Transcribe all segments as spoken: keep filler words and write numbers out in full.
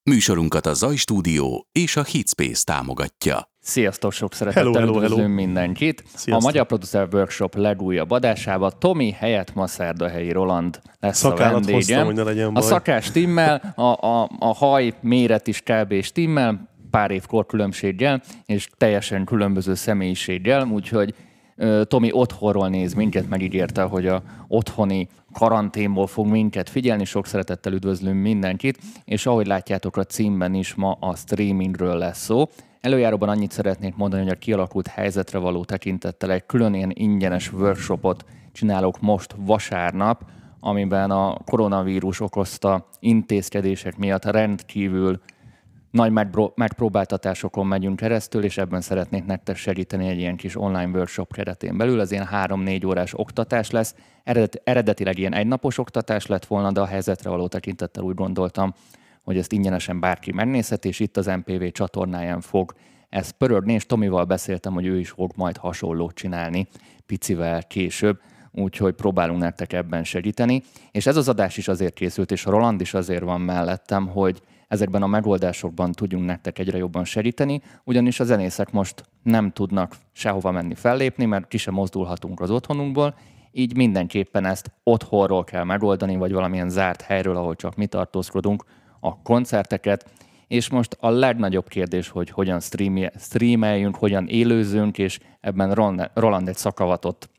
Műsorunkat a Zaj Stúdió és a Hitspace támogatja. Sziasztok, sok szeretettel üdvözlünk mindenkit. Sziasztok. A Magyar Producer Workshop legújabb adásában Tomi helyett ma Szerdahelyi Roland lesz Szakállat a vendégem. Hoztam, a szakás stimmel, a, a, a haj méret is kb. Stimmel, pár év korkülönbséggel, és teljesen különböző személyiséggel, úgyhogy uh, Tomi otthonról néz minket, megígérte, hogy a otthoni karanténból fog minket figyelni, sok szeretettel üdvözlünk mindenkit, és ahogy látjátok a címben is, ma a streamingről lesz szó. Előjáróban annyit szeretnék mondani, hogy a kialakult helyzetre való tekintettel egy külön ilyen ingyenes workshopot csinálok most vasárnap, amiben a koronavírus okozta intézkedések miatt rendkívül nagy megpróbáltatásokon megyünk keresztül, és ebben szeretnék nektek segíteni egy ilyen kis online workshop keretén belül. Ez ilyen három-négy órás oktatás lesz. Eredet, eredetileg ilyen egynapos oktatás lett volna, de a helyzetre való tekintettel úgy gondoltam, hogy ezt ingyenesen bárki megnézhet, és itt az em pé vé csatornáján fog ez pörögni, és Tomival beszéltem, hogy ő is fog majd hasonlót csinálni picivel később, úgyhogy próbálunk nektek ebben segíteni. És ez az adás is azért készült, és a Roland is azért van mellettem, hogy ezekben a megoldásokban tudjunk nektek egyre jobban segíteni, ugyanis a zenészek most nem tudnak sehova menni fellépni, mert ki sem mozdulhatunk az otthonunkból, így mindenképpen ezt otthonról kell megoldani, vagy valamilyen zárt helyről, ahol csak mi tartózkodunk, a koncerteket, és most a legnagyobb kérdés, hogy hogyan streameljünk, hogyan élőzünk, és ebben Roland egy szakavatott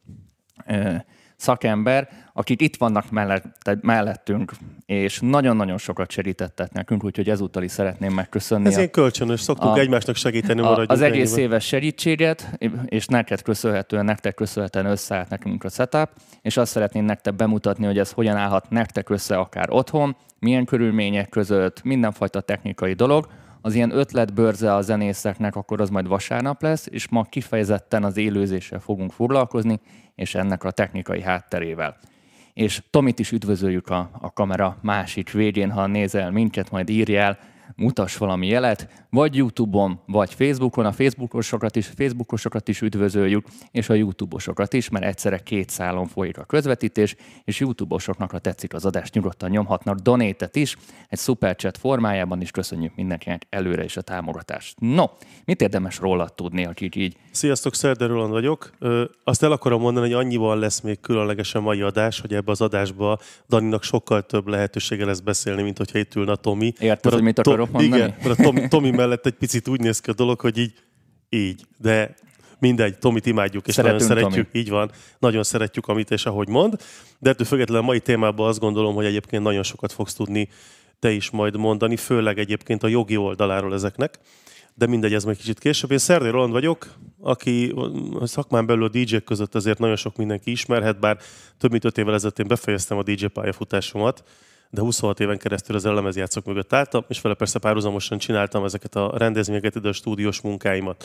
ö, szakember, akik itt vannak mellett, mellettünk, és nagyon-nagyon sokat segítettek nekünk, úgyhogy ezúttal is szeretném megköszönni. Ez ilyen kölcsönös, szoktuk a, egymásnak segíteni, maradjunk. Az egész ennyiben. Éves segítséget, és neked köszönhetően, nektek köszönhetően összeállt nekünk a setup, és azt szeretném nektek bemutatni, hogy ez hogyan állhat nektek össze akár otthon, milyen körülmények között, mindenfajta technikai dolog. Az ilyen ötletbörze a zenészeknek akkor az majd vasárnap lesz, és ma kifejezetten az élőzéssel fogunk foglalkozni, és ennek a technikai hátterével. És Tomit is üdvözöljük a, a kamera másik végén, ha nézel minket, majd írjál, mutass valami jelet, vagy YouTube-on, vagy Facebookon, a Facebookosokat is, Facebookosokat is üdvözöljük, és a YouTube-osokat is, mert egyszerre két szálon folyik a közvetítés, és YouTube-osoknak, ha tetszik az adás, nyugodtan nyomhatnak donate-et is, egy superchat formájában is. Köszönjük mindenkinek előre is a támogatást. No, mit érdemes róla tudni, akik így... Sziasztok, Szerda Roland vagyok. Ö, azt el akarom mondani, hogy annyival lesz még különlegesen mai adás, hogy ebbe az adásba Daninak sokkal több lehetősége lesz beszélni, mint hogyha itt ülne a Tomi. Érted, hogy mit akarok mondani? Igen, mert a Tomi, Tomi mellett egy picit úgy néz ki a dolog, hogy így, így, de mindegy, Tomit imádjuk, és Szeretünk, nagyon szeretjük, Tomi. Így van, nagyon szeretjük, amit és ahogy mond, de ettől függetlenül a mai témában azt gondolom, hogy egyébként nagyon sokat fogsz tudni te is majd mondani, főleg egyébként a jogi oldaláról ezeknek, de mindegy, ez majd kicsit később. Én Szerdai Roland vagyok, aki szakmán belül a dé jék között azért nagyon sok mindenki ismerhet, bár több mint öt évvel ezelőtt én befejeztem a dé jé pályafutásomat, de huszonhat éven keresztül az lemezjátszók mögött álltam, és vele persze párhuzamosan csináltam ezeket a rendezvényeket, ide a stúdiós munkáimat.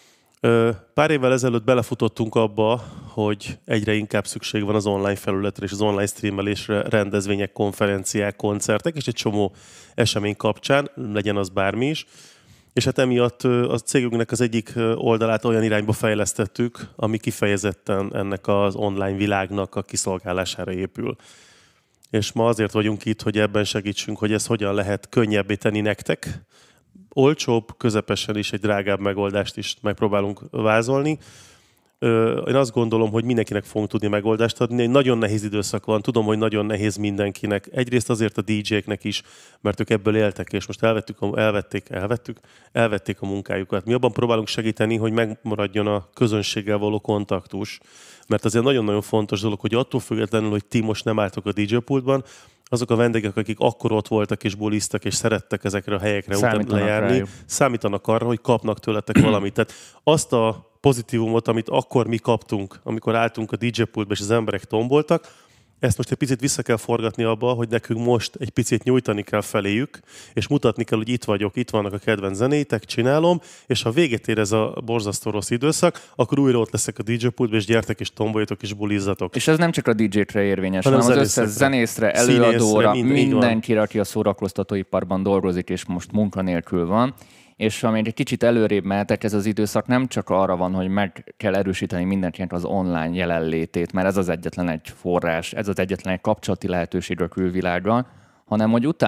Pár évvel ezelőtt belefutottunk abba, hogy egyre inkább szükség van az online felületre és az online streamelésre, rendezvények, konferenciák, koncertek, és egy csomó esemény kapcsán, legyen az bármi is. És hát emiatt a cégünknek az egyik oldalát olyan irányba fejlesztettük, ami kifejezetten ennek az online világnak a kiszolgálására épül. És ma azért vagyunk itt, hogy ebben segítsünk, hogy ez hogyan lehet könnyebbé tenni nektek. Olcsóbb, közepesen is egy drágább megoldást is megpróbálunk vázolni. Én azt gondolom, hogy mindenkinek fogunk tudni megoldást adni. Egy nagyon nehéz időszak van, tudom, hogy nagyon nehéz mindenkinek. Egyrészt azért a dé jéknek is, mert ők ebből éltek, és most elvettük, elvették, elvettük, elvették a munkájukat. Mi abban próbálunk segíteni, hogy megmaradjon a közönséggel való kontaktus, mert azért nagyon-nagyon fontos dolog, hogy attól függetlenül, hogy ti most nem álltok a dé jé pultban, azok a vendégek, akik akkor ott voltak és buliztak és szerettek ezekre a helyekre után lejárni, rájuk. Számítanak arra, hogy kapnak tőletek valamit. Tehát azt a pozitívumot, amit akkor mi kaptunk, amikor álltunk a dé jé pultba és az emberek tomboltak, ezt most egy picit vissza kell forgatni abba, hogy nekünk most egy picit nyújtani kell feléjük, és mutatni kell, hogy itt vagyok, itt vannak a kedvenc zenéitek, csinálom, és ha véget ér ez a borzasztó rossz időszak, akkor újra ott leszek a dé jé pultba, és gyertek, és tomboljatok, és bulizzatok. És ez nem csak a dé jékre érvényes, hanem az összes zenészre, előadóra, mind, mindenkire, aki a szórakoztatóiparban dolgozik, és most munkanélkül van. És amíg egy kicsit előrébb mehetek, ez az időszak nem csak arra van, hogy meg kell erősíteni mindenkinek az online jelenlétét, mert ez az egyetlen egy forrás, ez az egyetlen egy kapcsolati lehetőség a külvilággal, hanem hogy utána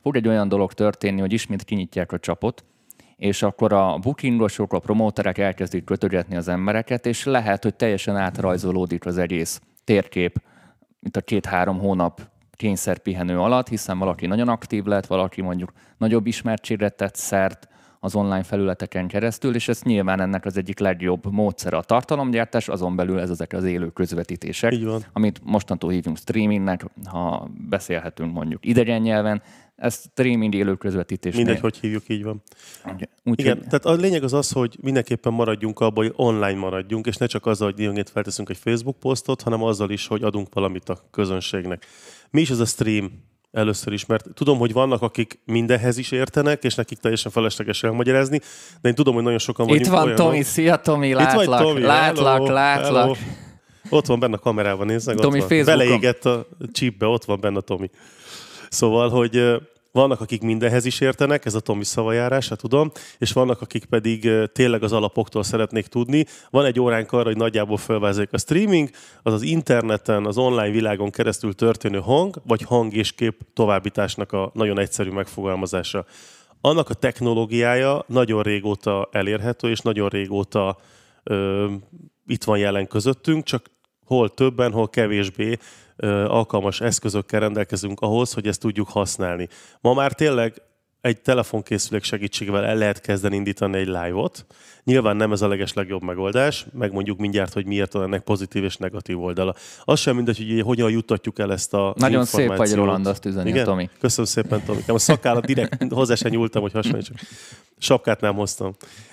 fog egy olyan dolog történni, hogy ismét kinyitják a csapot, és akkor a bookingosok, a promóterek elkezdik kötögetni az embereket, és lehet, hogy teljesen átrajzolódik az egész térkép, mint a két-három hónap kényszerpihenő alatt, hiszen valaki nagyon aktív lett, valaki mondjuk nagyobb ismertségre tett szert az online felületeken keresztül, és ez nyilván ennek az egyik legjobb módszere a tartalomgyártás, azon belül ez ezek az élő közvetítések, amit mostantól hívunk streamingnek, ha beszélhetünk mondjuk idegen nyelven, ez streaming élő közvetítés. Mindegy, hogy hívjuk, így van. Úgy, Igen, hogy... tehát a lényeg az az, hogy mindenképpen maradjunk abban, hogy online maradjunk, és ne csak azzal, hogy időnként felteszünk egy Facebook posztot, hanem azzal is, hogy adunk valamit a közönségnek. Mi is ez a stream? Először is, mert tudom, hogy vannak, akik mindenhez is értenek, és nekik teljesen felesleges elmagyarázni, de én tudom, hogy nagyon sokan vagyunk. Itt van olyanok. Tomi, szia Tomi, látlak, Itt vagy, Tomi, látlak, hello, látlak. Hello. Ott van benne a kamerában, nézd meg, Tomi ott van. Facebookon. Beleégett a chipbe, ott van benne a Tomi. Szóval, hogy vannak, akik mindenhez is értenek, ez a Tomi szavajárása, tudom, és vannak, akik pedig tényleg az alapoktól szeretnék tudni. Van egy óránk arra, hogy nagyjából felvázoljak a streaming, az az interneten, az online világon keresztül történő hang, vagy hang és kép továbbításnak a nagyon egyszerű megfogalmazása. Annak a technológiája nagyon régóta elérhető, és nagyon régóta ö, itt van jelen közöttünk, csak hol többen, hol kevésbé alkalmas eszközökkel rendelkezünk ahhoz, hogy ezt tudjuk használni. Ma már tényleg egy telefonkészülék segítségével el lehet kezdeni indítani egy live-ot. Nyilván nem ez a legeslegjobb megoldás, megmondjuk mindjárt, hogy miért van ennek pozitív és negatív oldala. Az sem mindegy, hogy hogyan juttatjuk el ezt a Nagyon szép vagy, Roland, azt üzeni. Igen? Tomi. Köszönöm szépen, Tomi. A szakállat direkt hozzá sem nyúltam, hogy hasonlítsuk. Sapkát nem hoztam.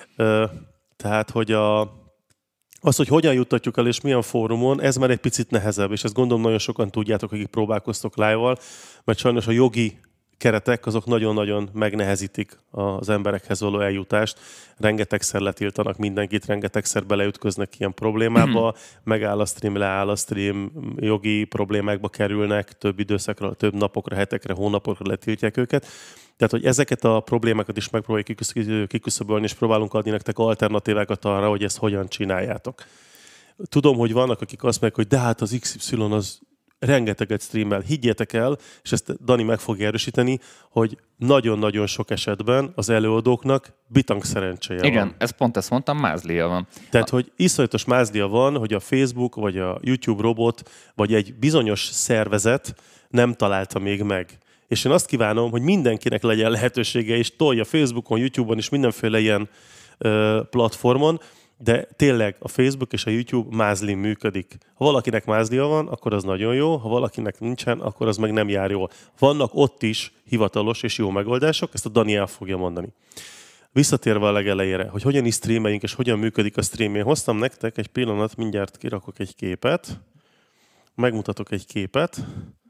Tehát, hogy a Az, hogy hogyan juttatjuk el és milyen fórumon, ez már egy picit nehezebb, és ezt gondolom nagyon sokan tudjátok, akik próbálkoztok live-val, mert sajnos a jogi keretek azok nagyon-nagyon megnehezítik az emberekhez való eljutást. Rengetegszer letiltanak mindenkit, rengetegszer beleütköznek ilyen problémába, megáll a stream, leáll a stream, jogi problémákba kerülnek, több időszakra, több napokra, hetekre, hónapokra letiltják őket. Tehát, hogy ezeket a problémákat is megpróbáljuk kiküszöbölni, és próbálunk adni nektek alternatívákat arra, hogy ezt hogyan csináljátok. Tudom, hogy vannak, akik azt mondják, hogy de hát az iksz ipszilon az rengeteget streamel. Higgyétek el, és ezt Dani meg fogja erősíteni, hogy nagyon-nagyon sok esetben az előadóknak bitang szerencséje Igen, van. Igen, ez pont ezt mondtam, mázlia van. Tehát, hogy iszonyatos mázlia van, hogy a Facebook, vagy a YouTube robot, vagy egy bizonyos szervezet nem találta még meg. És én azt kívánom, hogy mindenkinek legyen lehetősége, és tolja Facebookon, YouTube-on és mindenféle ilyen ö, platformon, de tényleg a Facebook és a YouTube mázlin működik. Ha valakinek mázlia van, akkor az nagyon jó, ha valakinek nincsen, akkor az meg nem jár jól. Vannak ott is hivatalos és jó megoldások, ezt a Dani el fogja mondani. Visszatérve a legelejére, hogy hogyan is streameljünk és hogyan működik a stream. Én hoztam nektek egy pillanat, mindjárt kirakok egy képet, megmutatok egy képet.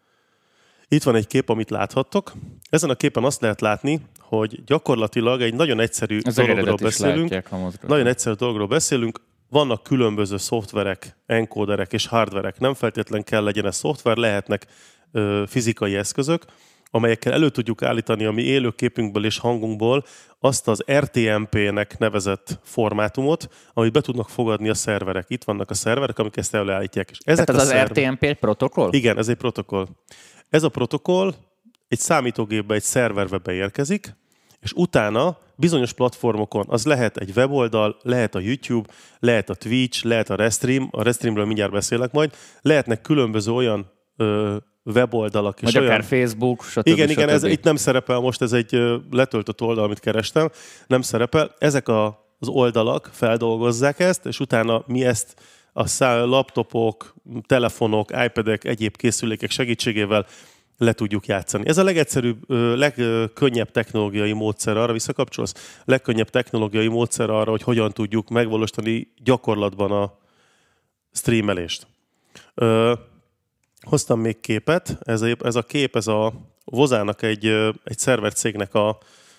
Itt van egy kép, amit láthattok. Ezen a képen azt lehet látni, hogy gyakorlatilag egy nagyon egyszerű Ez dologról beszélünk. Látják, nagyon egyszerű dologról beszélünk. Vannak különböző szoftverek, enkóderek és hardverek. Nem feltétlen kell legyen ez szoftver, lehetnek ö, fizikai eszközök, amelyekkel elő tudjuk állítani a mi élőképünkből és hangunkból azt az er té em pé-nek nevezett formátumot, amit be tudnak fogadni a szerverek. Itt vannak a szerverek, amik ezt előállítják. És ezek Tehát ez a az szerver... er té em pé protokoll? Igen, ez egy protokoll. Ez a protokoll egy számítógépbe, egy szerverbe beérkezik, és utána bizonyos platformokon, az lehet egy weboldal, lehet a YouTube, lehet a Twitch, lehet a Restream, a Restreamről mindjárt beszélek majd, lehetnek különböző olyan ö, weboldalak. Vagy és olyan... akár Facebook, stb. Igen, igen, stb. Ez itt nem szerepel, most ez egy ö, letöltött oldal, amit kerestem, nem szerepel. Ezek a, az oldalak feldolgozzák ezt, és utána mi ezt a szá- laptopok, telefonok, iPadek, egyéb készülékek segítségével le tudjuk játszani. Ez a legegyszerűbb, legkönnyebb technológiai módszer arra, visszakapcsolsz, legkönnyebb technológiai módszer arra, hogy hogyan tudjuk megvalósítani gyakorlatban a streamelést. Ö, hoztam még képet, ez a, ez a kép, ez a Vozának egy, egy szervercégnek a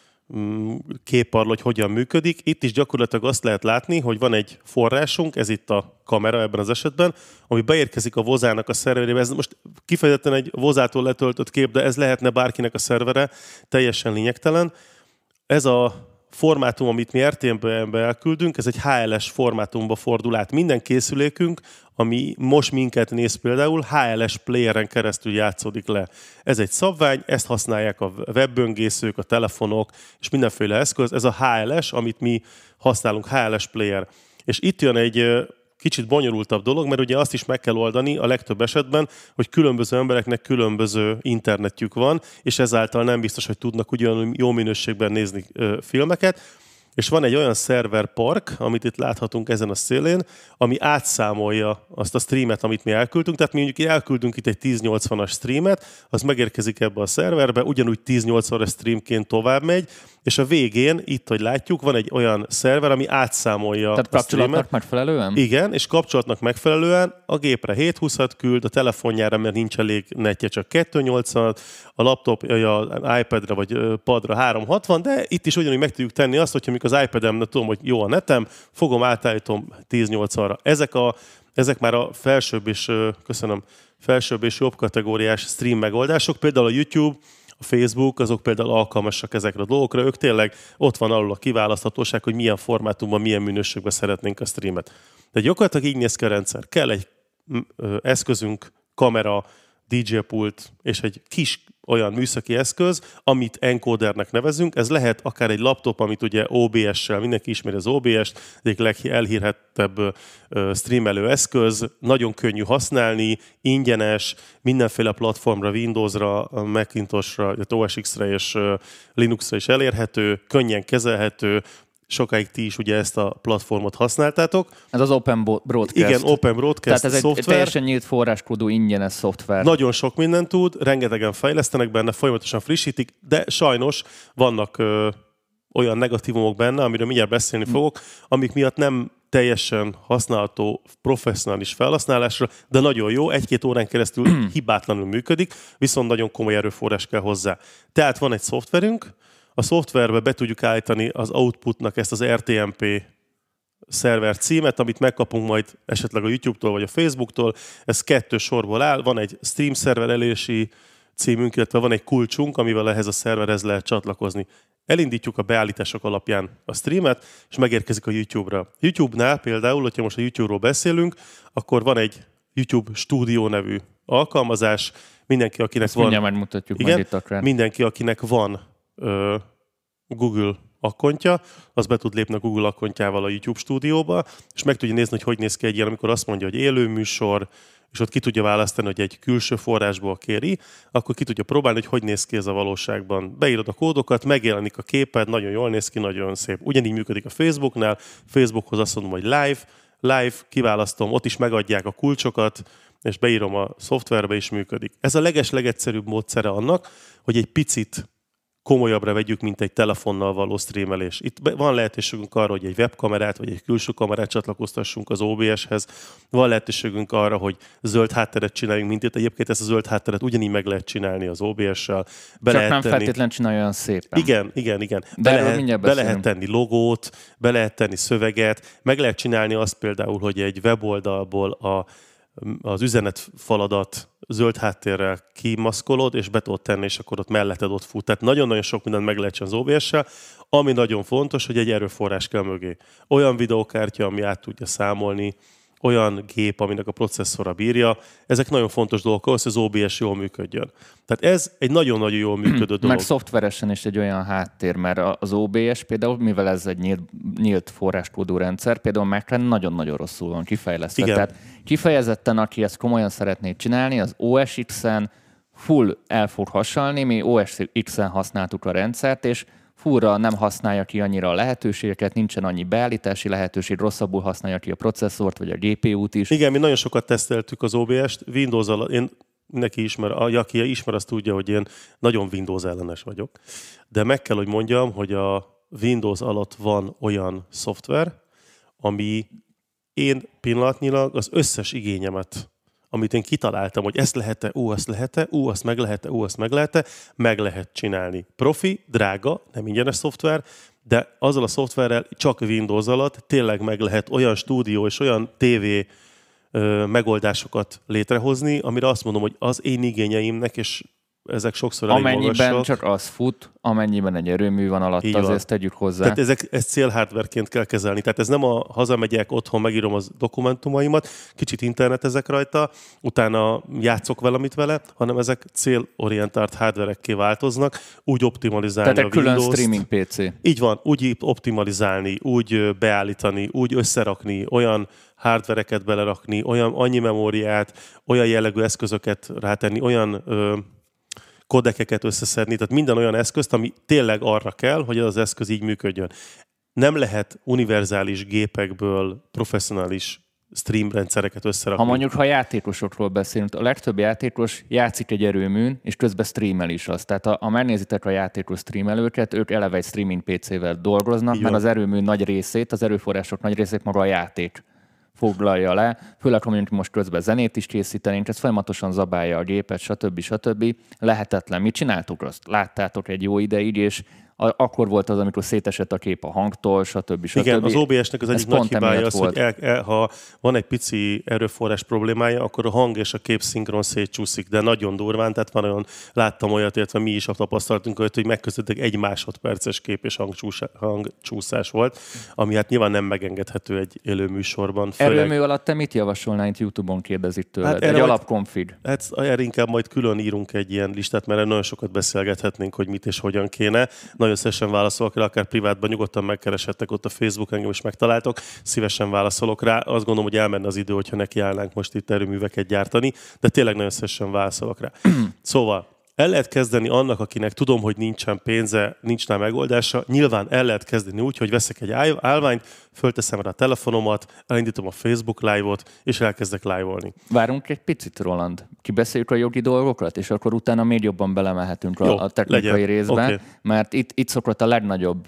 képarról, hogy hogyan működik. Itt is gyakorlatilag azt lehet látni, hogy van egy forrásunk, ez itt a kamera ebben az esetben, ami beérkezik a Vozának a szerverébe. Ez most kifejezetten egy Vozától letöltött kép, de ez lehetne bárkinek a szervere, teljesen lényegtelen. Ez a formátum, amit mi er té em-be elküldünk, ez egy há el es formátumba fordul át. Minden készülékünk, ami most minket néz például, há el es playeren keresztül játszódik le. Ez egy szabvány, ezt használják a webböngészők, a telefonok, és mindenféle eszköz. Ez a há el es, amit mi használunk, há el es player. És itt jön egy kicsit bonyolultabb dolog, mert ugye azt is meg kell oldani a legtöbb esetben, hogy különböző embereknek különböző internetjük van, és ezáltal nem biztos, hogy tudnak ugyan jó minőségben nézni ö, filmeket. És van egy olyan szerverpark, amit itt láthatunk ezen a szélén, ami átszámolja azt a streamet, amit mi elküldtünk. Tehát mi mondjuk elküldünk itt egy ezernyolcvanas streamet, az megérkezik ebbe a szerverbe, ugyanúgy ezernyolcvanas streamként tovább megy, és a végén, itt, hogy látjuk, van egy olyan szerver, ami átszámolja Tehát a streamet. kapcsolatnak megfelelően? Igen, és kapcsolatnak megfelelően a gépre hétszázhúszat küld, a telefonjára, mert nincs elég netje, csak kétszáznyolcvanat, a laptopja, az iPadre vagy padra háromszázhatvan, de itt is ugyanúgy meg tudjuk tenni azt, hogyha mikor az iPad-em, nem tudom, hogy jó a netem, fogom, átállítom ezernyolcvanra. Ezek, a, ezek már a felsőbb és, köszönöm, felsőbb és jobb kategóriás stream megoldások, például a YouTube, a Facebook, azok például alkalmasak ezekre a dolgokra, ők tényleg ott van alul a kiválaszthatóság, hogy milyen formátumban, milyen minőségben szeretnénk a streamet. De gyakorlatilag így néz ki a rendszer. Kell egy eszközünk, kamera, dé dzsé pult és egy kis olyan műszaki eszköz, amit encodernek nevezünk. Ez lehet akár egy laptop, amit ugye o bé es-sel, mindenki ismeri az o bé es-t, egyik legelhírhettebb streamelő eszköz, nagyon könnyű használni, ingyenes, mindenféle platformra, Windowsra, Macintosra, o es iksz-re és Linuxra is elérhető, könnyen kezelhető. Sokáig ti is ugye ezt a platformot használtátok. Ez az Open Broadcast. Igen, Open Broadcast Tehát ez szoftver. egy teljesen nyílt forráskódú ingyenes szoftver. Nagyon sok mindent tud, rengetegen fejlesztenek benne, folyamatosan frissítik, de sajnos vannak ö, olyan negatívumok benne, amiről mindjárt beszélni fogok, amik miatt nem teljesen használható professzionális felhasználásra, de nagyon jó, egy-két órán keresztül hibátlanul működik, viszont nagyon komoly erőforrás kell hozzá. Tehát van egy szoftverünk, a szoftverbe be tudjuk állítani az outputnak ezt az er té em pé szerver címet, amit megkapunk majd esetleg a YouTube-tól vagy a Facebook-tól. Ez kettő sorból áll, van egy stream szerver elérési címünk, illetve van egy kulcsunk, amivel ehhez a szerverhez lehet csatlakozni. Elindítjuk a beállítások alapján a streamet, és megérkezik a YouTube-ra. YouTube-nál például, hogyha most a YouTube-ról beszélünk, akkor van egy YouTube Studio nevű alkalmazás. Mindenki, akinek Ezt van... mindjárt megmutatjuk igen, majd itt akár. Mindenki, akinek van ö, Google akkontja, az be tud lépni a Google akkontjával a YouTube stúdióba, és meg tudja nézni, hogy hogy néz ki egy ilyen, amikor azt mondja, hogy élő műsor, és ott ki tudja választani, hogy egy külső forrásból kéri, akkor ki tudja próbálni, hogy hogy néz ki ez a valóságban. Beírod a kódokat, megjelenik a képed, nagyon jól néz ki, nagyon szép. Ugyanígy működik a Facebooknál, Facebookhoz azt mondom, hogy live, live, kiválasztom, ott is megadják a kulcsokat, és beírom a szoftverbe, és működik. Ez a leges-legegyszerűbb módszere annak, hogy egy picit komolyabbra vegyük, mint egy telefonnal való streamelés. Itt van lehetőségünk arra, hogy egy webkamerát vagy egy külső kamerát csatlakoztassunk az o bé es-hez. Van lehetőségünk arra, hogy zöld hátteret csináljunk, mint itt. Egyébként ezt a zöld hátteret ugyanígy meg lehet csinálni az o bé es-sel. Be Csak lehet nem tenni... feltétlenül csinálja olyan szépen. Igen, igen, igen. De be, lehet, be lehet beszélünk. tenni logót, be lehet tenni szöveget, meg lehet csinálni azt például, hogy egy weboldalból a az üzenetfaladat zöld háttérrel kimaszkolod, és be tudod tenni, és akkor ott melletted ott fut. Tehát nagyon-nagyon sok mindent meg lehet csinálni az o bé es-sel, ami nagyon fontos, hogy egy erőforrás kell mögé. Olyan videókártya, ami át tudja számolni, olyan gép, aminek a processzora bírja. Ezek nagyon fontos dolgok ahhoz, hogy az o bé es jól működjön. Tehát ez egy nagyon-nagyon jól működő dolog. Meg szoftveresen is egy olyan háttér, mert az o bé es például, mivel ez egy nyílt, nyílt forráskódú rendszer, például Mac-en nagyon-nagyon rosszul van kifejlesztve. Igen. Tehát kifejezetten, aki ezt komolyan szeretné csinálni, az o es iksz-en full el fog hasonlni, mi o es iksz-en használtuk a rendszert, és fullra nem használja ki annyira a lehetőségeket, nincsen annyi beállítási lehetőség, rosszabbul használja ki a processzort, vagy a gé pé út is. Igen, mi nagyon sokat teszteltük az o bé es-t, Windows alatt, én neki ismer, aki ismer, azt tudja, hogy én nagyon Windows ellenes vagyok, de meg kell, hogy mondjam, hogy a Windows alatt van olyan szoftver, ami én pillanatnyilag az összes igényemet, amit én kitaláltam, hogy ezt lehet-e, ú, azt lehet-e, ú, azt meg lehet-e, ú, azt meg lehet-e, meg lehet csinálni. Profi, drága, nem ingyenes szoftver, de azzal a szoftverrel csak Windows alatt tényleg meg lehet olyan stúdió és olyan tévé ö, megoldásokat létrehozni, amire azt mondom, hogy az én igényeimnek és ezek sokszor elég amennyiben magasak. csak az fut, amennyiben egy erőmű van alatt, Így azért van. ezt tegyük hozzá. Tehát ezek, ezt célhardwareként kell kezelni. Tehát ez nem a hazamegyek, otthon megírom az dokumentumaimat, kicsit internetezek rajta, utána játszok valamit vele, hanem ezek célorientált hardverekké változnak, úgy optimalizálni Tehát a Windows-t. külön streaming pé cé. Így van, úgy optimalizálni, úgy beállítani, úgy összerakni, olyan hardvereket belerakni, olyan annyi memóriát, olyan jellegű eszközöket rátenni, olyan ö, kodekeket összeszedni, tehát minden olyan eszközt, ami tényleg arra kell, hogy az eszköz így működjön. Nem lehet univerzális gépekből professzionális stream rendszereket összerakni. Ha mondjuk, ha játékosokról beszélünk, a legtöbb játékos játszik egy erőműn, és közben streamel is azt. Tehát ha megnézitek a játékos streamelőket, ők eleve egy streaming pé cével dolgoznak, mert az erőmű nagy részét, az erőforrások nagy részét maga a játék foglalja le, főleg, ha mondjuk most közben zenét is készítenénk, ez folyamatosan zabálja a gépet, stb. stb. Lehetetlen. Mi csináltuk azt? Láttátok egy jó ideig, és akkor volt az, amikor szétesett a kép a hangtól, stb. stb. Igen, az o bé es-nek az egyik nagy hibája az, hogy el, el, ha van egy pici erőforrás problémája, akkor a hang és a kép szinkron szétcsúszik, de nagyon durván, tehát van olyan, láttam olyat, illetve mi is tapasztaltunk olyat, hogy megközelítek egy másodperces kép és hangcsúszás volt, ami hát nyilván nem megengedhető egy élő műsorban. Főleg... Erőmű alatt te mit javasolnál, itt YouTube-on kérdezik tőled? Hát egy alapkonfig. Hát erre inkább majd külön írunk egy ilyen listát, mert nagyon sokat beszélgethetnénk, hogy mit és hogyan kéne. Nagyon szívesen válaszolok rá, akár privátban nyugodtan megkereshettek ott a Facebook, engem is megtaláltok, szívesen válaszolok rá. Azt gondolom, hogy elmenne az idő, hogyha nekiállnánk most itt erőműveket gyártani, de tényleg nagyon szívesen válaszolok rá. Szóval el lehet kezdeni annak, akinek tudom, hogy nincsen pénze, nincs rá megoldása. Nyilván el lehet kezdeni úgy, hogy veszek egy állványt, fölteszem rá a telefonomat, elindítom a Facebook live-ot, és elkezdek live-olni. Várunk egy picit, Roland. Kibeszéljük a jogi dolgokat, és akkor utána még jobban belemehetünk Jó, a, a technikai legyen. részbe, okay. Mert itt, itt szokott a legnagyobb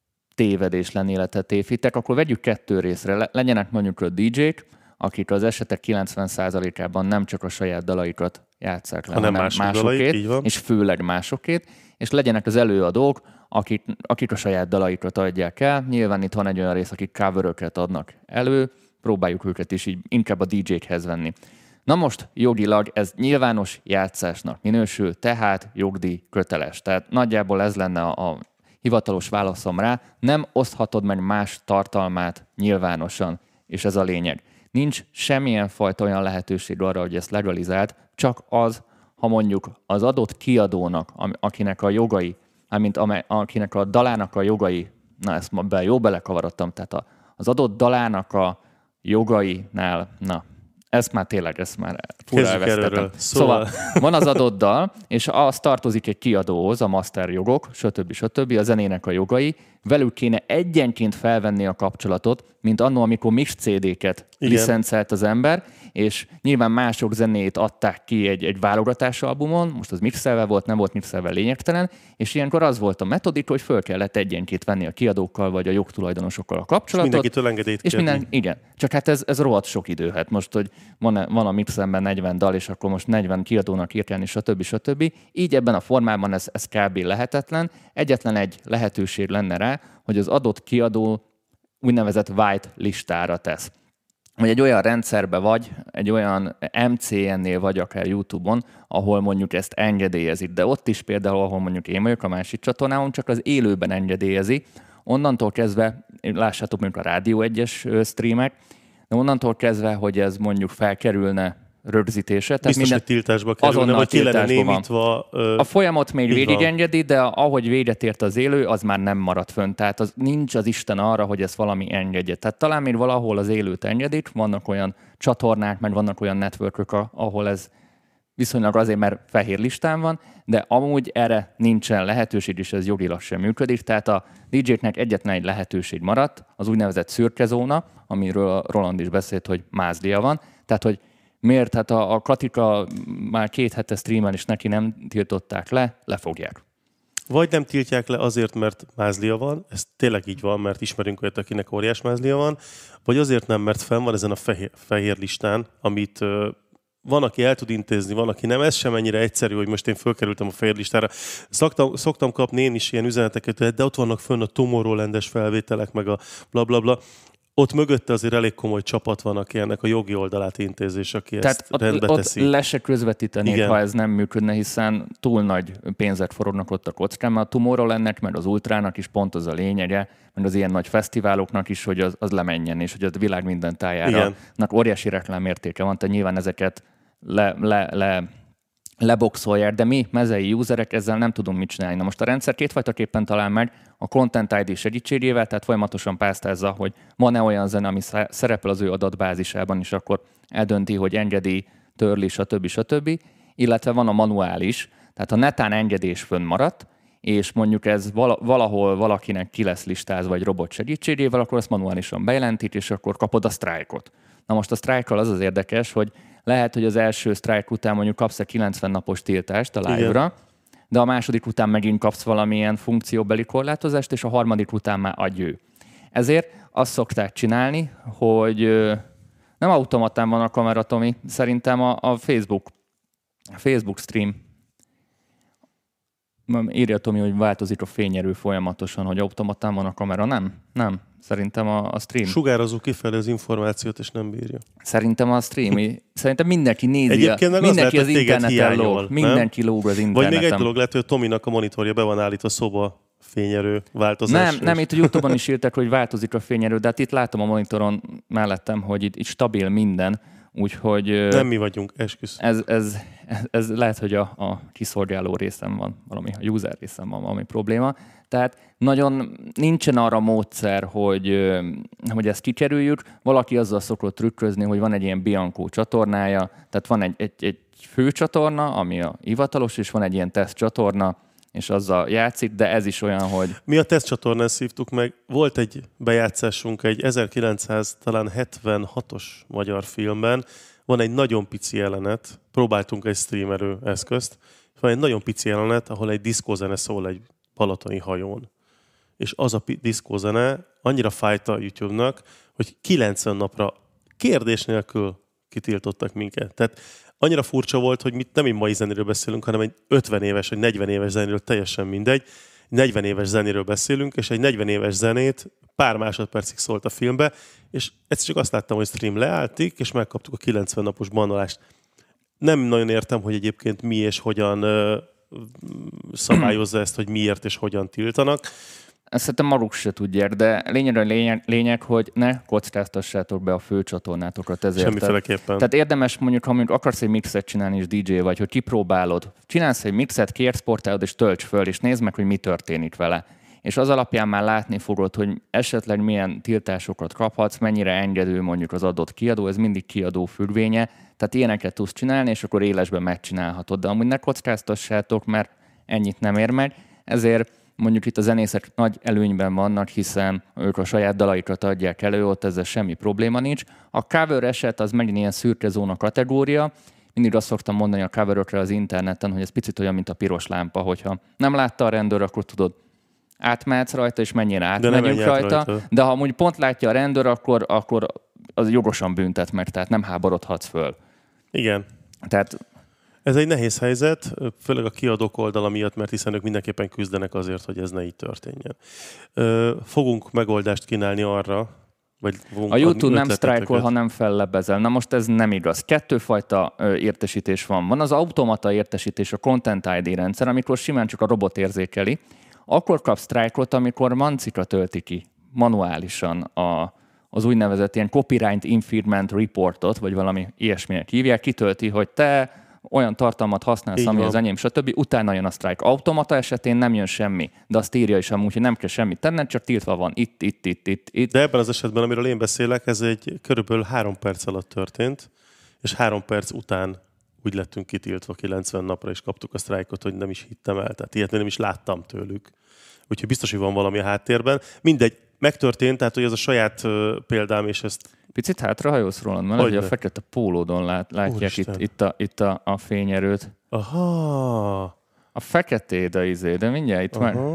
tévedés lenni, illetve tévhitek. Akkor vegyük kettő részre. Le, legyenek mondjuk a dé jék, akik az esetek kilencven százalékában nem csak a saját dalaikat játsszák le, hanem mások másokét, dalaik, és főleg másokét, és legyenek az előadók, akik, akik a saját dalaikat adják el. Nyilván itt van egy olyan rész, akik coveröket adnak elő, próbáljuk őket is így inkább a dé jékhez venni. Na most jogilag ez nyilvános játszásnak minősül, tehát jogdíj köteles. Tehát nagyjából ez lenne a, a hivatalos válaszom rá, nem oszthatod meg más tartalmát nyilvánosan, és ez a lényeg. Nincs semmilyen fajta olyan lehetőség arra, hogy ezt legalizált, csak az, ha mondjuk az adott kiadónak, akinek a jogai, mint akinek a dalának a jogai, na ezt ma be, jó belekavarodtam, tehát az adott dalának a jogainál, na, ezt már tényleg, ezt már fura elvesztettem. Szóval. szóval van az adott dal, és az tartozik egy kiadóhoz, a master jogok, stb. stb. A zenének a jogai, velük kéne egyenként felvenni a kapcsolatot, mint annó, amikor mix cé dé-ket licencelt az ember, és nyilván mások zenét adták ki egy, egy válogatás albumon, most az mixelve volt, nem volt mixelve, lényegtelen, és ilyenkor az volt a metodik, hogy föl kellett egyenként venni a kiadókkal, vagy a jogtulajdonosokkal a kapcsolatot. És mindenkitől engedélyt és minden, igen, csak hát ez, ez rohadt sok idő. Hát most, hogy van, van a mixemben negyven dal, és akkor most negyven kiadónak írni, stb. stb. Így ebben a formában ez, ez kb. Lehetetlen. Egyetlen egy lehetőség lenne rá, hogy az adott kiadó úgynevezett white listára tesz. Vagy egy olyan rendszerbe vagy, egy olyan em cé en-nél vagy akár YouTube-on, ahol mondjuk ezt engedélyezik. De ott is például, ahol mondjuk én vagyok a másik csatornáon, csak az élőben engedélyezi. Onnantól kezdve, lássátok mondjuk a Rádió egyes streamek, de onnantól kezdve, hogy ez mondjuk felkerülne rögzítése. Biztos, minden hogy tiltásba kerülne, vagy ki lenne némítva. Ö... A folyamat még végigengedi, de ahogy véget ért az élő, az már nem marad fönn. Tehát az, nincs az Isten arra, hogy ez valami engedje. Tehát talán még valahol az élőt engedik, vannak olyan csatornák, meg vannak olyan networkök, ahol ez viszonylag azért, mert fehér listán van, de amúgy erre nincsen lehetőség, és ez jogilag sem működik. Tehát a dé jéknek egyetlen egy lehetőség maradt, az úgynevezett szürke zóna, amiről Roland is beszélt, hogy mázlia van. Tehát, hogy miért? Hát a, a Katika már két hete streamen, és neki nem tiltották le, lefogják. Vagy nem tiltják le azért, mert mázlia van, ez tényleg így van, mert ismerünk olyat, akinek óriás mázlia van, vagy azért nem, mert fenn van ezen a fehér, fehér listán, amit ö, van, aki el tud intézni, van, aki nem. Ez sem ennyire egyszerű, hogy most én fölkerültem a fehér listára. Szoktam, szoktam kapni én is ilyen üzeneteket, de ott vannak fönn a Tomorrowland-es felvételek, meg a blablabla. Bla, bla. ott mögötte azért elég komoly csapat van, aki ennek a jogi oldalát intézés, aki Tehát ezt ott, rendbe ott teszi. le se közvetítenék, ha ez nem működne, hiszen túl nagy pénzet forognak ott a kockán, mert a Tomorrowlandnek, meg az Ultrának is pont az a lényege, meg az ilyen nagy fesztiváloknak is, hogy az, az lemenjen, és hogy a világ minden tájára óriási reklámértéke van, tehát nyilván ezeket le, le, le leboxolják, de mi, mezei userek ezzel nem tudunk mit csinálni. Na most a rendszer kétfajtaképpen talál meg, a Content áj dí segítségével, tehát folyamatosan pásztázza, hogy van-e olyan zene, ami szerepel az ő adatbázisában, és akkor eldönti, hogy engedi, törli, stb. stb. Illetve van a manuális, tehát a netán engedés fönnmaradt, és mondjuk ez valahol valakinek ki lesz listázva vagy robot segítségével, akkor ezt manuálisan bejelentít, és akkor kapod a sztrájkot. Na most a sztrájkkal az az érdekes, hogy lehet, hogy az első sztrájk után mondjuk kapsz egy kilencven napos tiltást a live-ra, de a második után megint kapsz valamilyen funkcióbeli korlátozást, és a harmadik után már adjő. Ezért azt szokták csinálni, hogy nem automatán van a kamera, Tomi, szerintem a, a Facebook, a Facebook stream. Írja Tomi, hogy változik a fényerő folyamatosan, hogy automatán van a kamera. Nem, nem. Szerintem a, a stream... Sugározó kifelé az információt, és nem bírja. Szerintem a stream... Szerintem mindenki nézi. Egyébként a, mindenki az interneten lóg. Mindenki lóg az interneten. Vagy még egy dolog lehet, hogy a Tominak a monitorja be van állítva szoba fényerő változás. Nem, nem, itt a YouTube-on is írtak, hogy változik a fényerő, de hát itt látom a monitoron mellettem, hogy itt, itt stabil minden, úgyhogy... Nem mi vagyunk, esküsz. Ez, ez, ez, ez lehet, hogy a, a kiszolgáló részem van valami, a user részem van valami probléma. Tehát nagyon nincsen arra módszer, hogy, hogy ezt kikerüljük. Valaki azzal szokott trükközni, hogy van egy ilyen Bianco csatornája, tehát van egy, egy, egy fő csatorna, ami a hivatalos, és van egy ilyen teszt csatorna, és azzal játszik, de ez is olyan, hogy... Mi a teszt csatornán szívtuk meg. Volt egy bejátszásunk egy ezerkilencszázhetvenhatos magyar filmben, van egy nagyon pici jelenet, próbáltunk egy streamerő eszközt, van egy nagyon pici jelenet, ahol egy diszkózene szól egy balatoni hajón. És az a diszkózene annyira fájt a YouTube-nak, hogy kilencven napra kérdés nélkül kitiltottak minket. Tehát annyira furcsa volt, hogy mit nem egy mai zenéről beszélünk, hanem egy ötven éves vagy negyven éves zenéről, teljesen mindegy. negyven éves zenéről beszélünk, és egy negyven éves zenét pár másodpercig szólt a filmbe, és egyszer csak azt láttam, hogy stream leálltik, és megkaptuk a kilencven napos bannolást. Nem nagyon értem, hogy egyébként mi és hogyan uh, szabályozza ezt, hogy miért és hogyan tiltanak. Ezt szerintem maguk se tudják, de lényegre lényeg, lényeg, hogy ne kockáztassátok be a fő csatornátokat ezért. Semmiféleképpen. Tehát érdemes mondjuk, ha mondjuk akarsz egy mixet csinálni és dé dzsé vagy, hogy kipróbálod, csinálsz egy mixet, kiexportálod és tölts föl, és nézd meg, hogy mi történik vele. És az alapján már látni fogod, hogy esetleg milyen tiltásokat kaphatsz, mennyire engedő mondjuk az adott kiadó, ez mindig kiadó függvénye, tehát ilyeneket tudsz csinálni, és akkor élesben megcsinálhatod. De amúgy ne kockáztassátok, mert ennyit nem ér meg, ezért mondjuk itt a zenészek nagy előnyben vannak, hiszen ők a saját dalaikat adják elő, ott ezzel semmi probléma nincs. A cover eset az megint ilyen szürke zóna kategória. Mindig azt szoktam mondani a coverökre az interneten, hogy ez picit olyan, mint a piros lámpa, hogyha nem látta a rendőr, akkor tudod, átmehetsz rajta, és mennyire átmegyünk de rajta. rajta. De ha mondjuk pont látja a rendőr, akkor, akkor az jogosan büntet meg, tehát nem háborodhatsz föl. Igen. Tehát ez egy nehéz helyzet, főleg a kiadók oldala miatt, mert hiszen ők mindenképpen küzdenek azért, hogy ez ne így történjen. Fogunk megoldást kínálni arra, vagy a YouTube nem sztrájkol, ha nem fellebezel. Na most ez nem igaz. Kettőfajta értesítés van. Van az automata értesítés, a Content áj dí rendszer, amikor simán csak a robot érzékeli. Akkor kap sztrájkot, amikor mancika tölti ki manuálisan a, az úgynevezett ilyen copyright infringement reportot, vagy valami ilyesminek hívják, kitölti, hogy te olyan tartalmat használsz, így ami van. Az enyém, stb. Utána jön a sztrájk. Automata esetén nem jön semmi, de azt írja is amúgy, hogy nem kell semmit tenned, csak tiltva van itt, itt, itt, itt, itt. De ebben az esetben, amiről én beszélek, ez egy körülbelül három perc alatt történt, és három perc után úgy lettünk kitiltva kilencven napra, és kaptuk a sztrájkot, hogy nem is hittem el. Tehát ilyet nem is láttam tőlük. Úgyhogy biztos, hogy van valami a háttérben. Mindegy, megtörtént, tehát hogy ez a saját uh, példám, és ezt... Picit hátrahajolsz, Roland, mert hogy a fekete pólódon lát, látják itt, itt, a, itt a, a fényerőt. Aha. A fekete, de izé, de mindjárt itt Aha. már